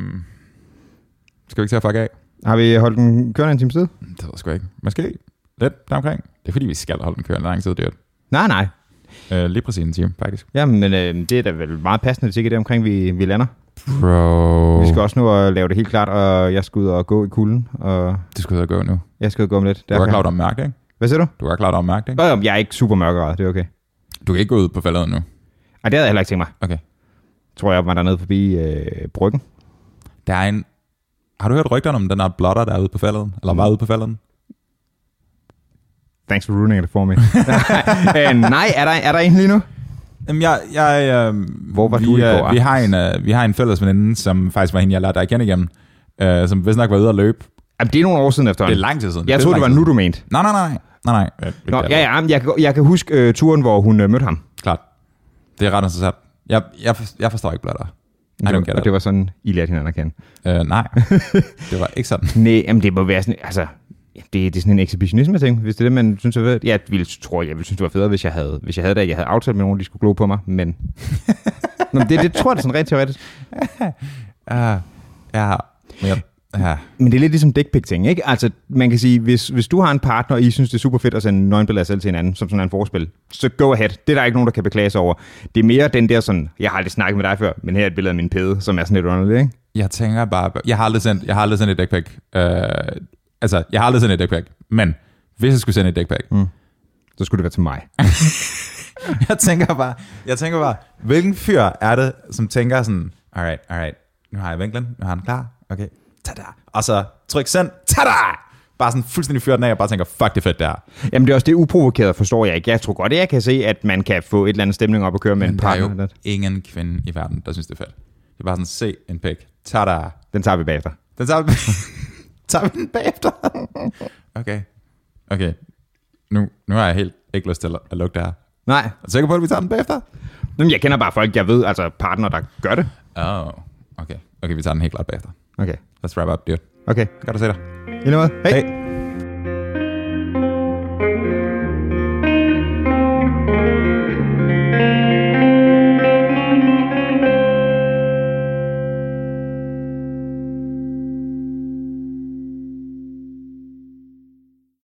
tage at fuck af? Har vi holdt den kørende en times tid? Det ved jeg sgu ikke. Måske lidt deromkring. Det er fordi, vi skal holde den kørende lang tid, dude. Nej. Lige præcis en time, faktisk. Ja, men det er da vel meget passende, hvis ikke det er omkring, vi lander. Bro. Vi skal også nu at lave det helt klart, og jeg skal ud og gå i kulden. Og Du skal ud og gå nu. jeg skal ud og gå om lidt. Du er klar, der er mørkt, ikke? Hvad siger du? Du er klar, der er mørkt, ikke? Jeg er ikke super mørkeret, det er okay. Du kan ikke gå ud på faldet nu. Ej, det havde jeg heller ikke tænkt mig. Okay. Tror jeg var dernede forbi bryggen. Der er en... Har du hørt rygterne om den der blotter, der er ude på faldet? Eller var ude på faldet? Thanks for ruining it for me. Nej, er der en lige nu? Jamen, Hvor var du i går? Vi har en fælles veninde, som faktisk var hende, jeg lærte dig at kende igennem, som vist nok var ude at løbe. Jamen, det er nogle år siden efterhånden. Det er lang tid siden. Jeg troede, det var nu, du mente. Nej. Nå, jeg kan huske turen, hvor hun mødte ham. Klart. Det er ret interessant. Jeg forstår ikke blotter. Og det var sådan, I lærte hinanden at kende. Nej, det var ikke sådan. Nej, jamen det må være sådan, altså, det er sådan en exhibitionisme-ting, hvis det er det, man synes er fedt. Jeg ville synes, det var federe, hvis jeg havde det, jeg havde aftalt med nogen, de skulle glo på mig, men... Nå, det tror jeg, det er sådan rent teoretisk. Men det er lidt ligesom dick pic-ting, ikke? Altså, man kan sige, hvis du har en partner, og I synes, det er super fedt at sende nøgenbilleder af selv til hinanden, som sådan en forspil, så go ahead. Det er der ikke nogen, der kan beklage sig over. Det er mere den der sådan, jeg har aldrig snakket med dig før, men her er et billede af min pæde, som er sådan lidt underligt, ikke? Jeg tænker bare, jeg har aldrig sendt et dick pic. Jeg har aldrig sendt et dick pic, men hvis jeg skulle sende et dick pic, så skulle det være til mig. Jeg tænker bare, hvilken fyr er det, som tænker sådan, alright, nu har jeg vinklen, nu har han klar, okay, tada, og så tryk send, tada, bare sådan fuldstændig fyr den af, og bare tænker, fuck, det er fedt der. Jamen det er også det uprovokeret, forstår jeg ikke. Jeg tror godt, jeg kan se, at man kan få et eller andet stemning op og køre med en partner. Der er jo ingen kvinde i verden, der synes, det er fedt. Det er bare sådan, se en pik, tada. Den tager vi bagefter. Tager vi den bagefter? Okay. Nu har jeg helt ikke lyst til at lukke det her. Nej. Er du sikker på, at vi tager den bagefter? Jamen, jeg kender bare folk, jeg ved, altså partner, der gør det. Okay, vi tager den helt klart bagefter. Okay. Let's wrap up, dude. Okay. Godt at se dig. I lige måde. Hej.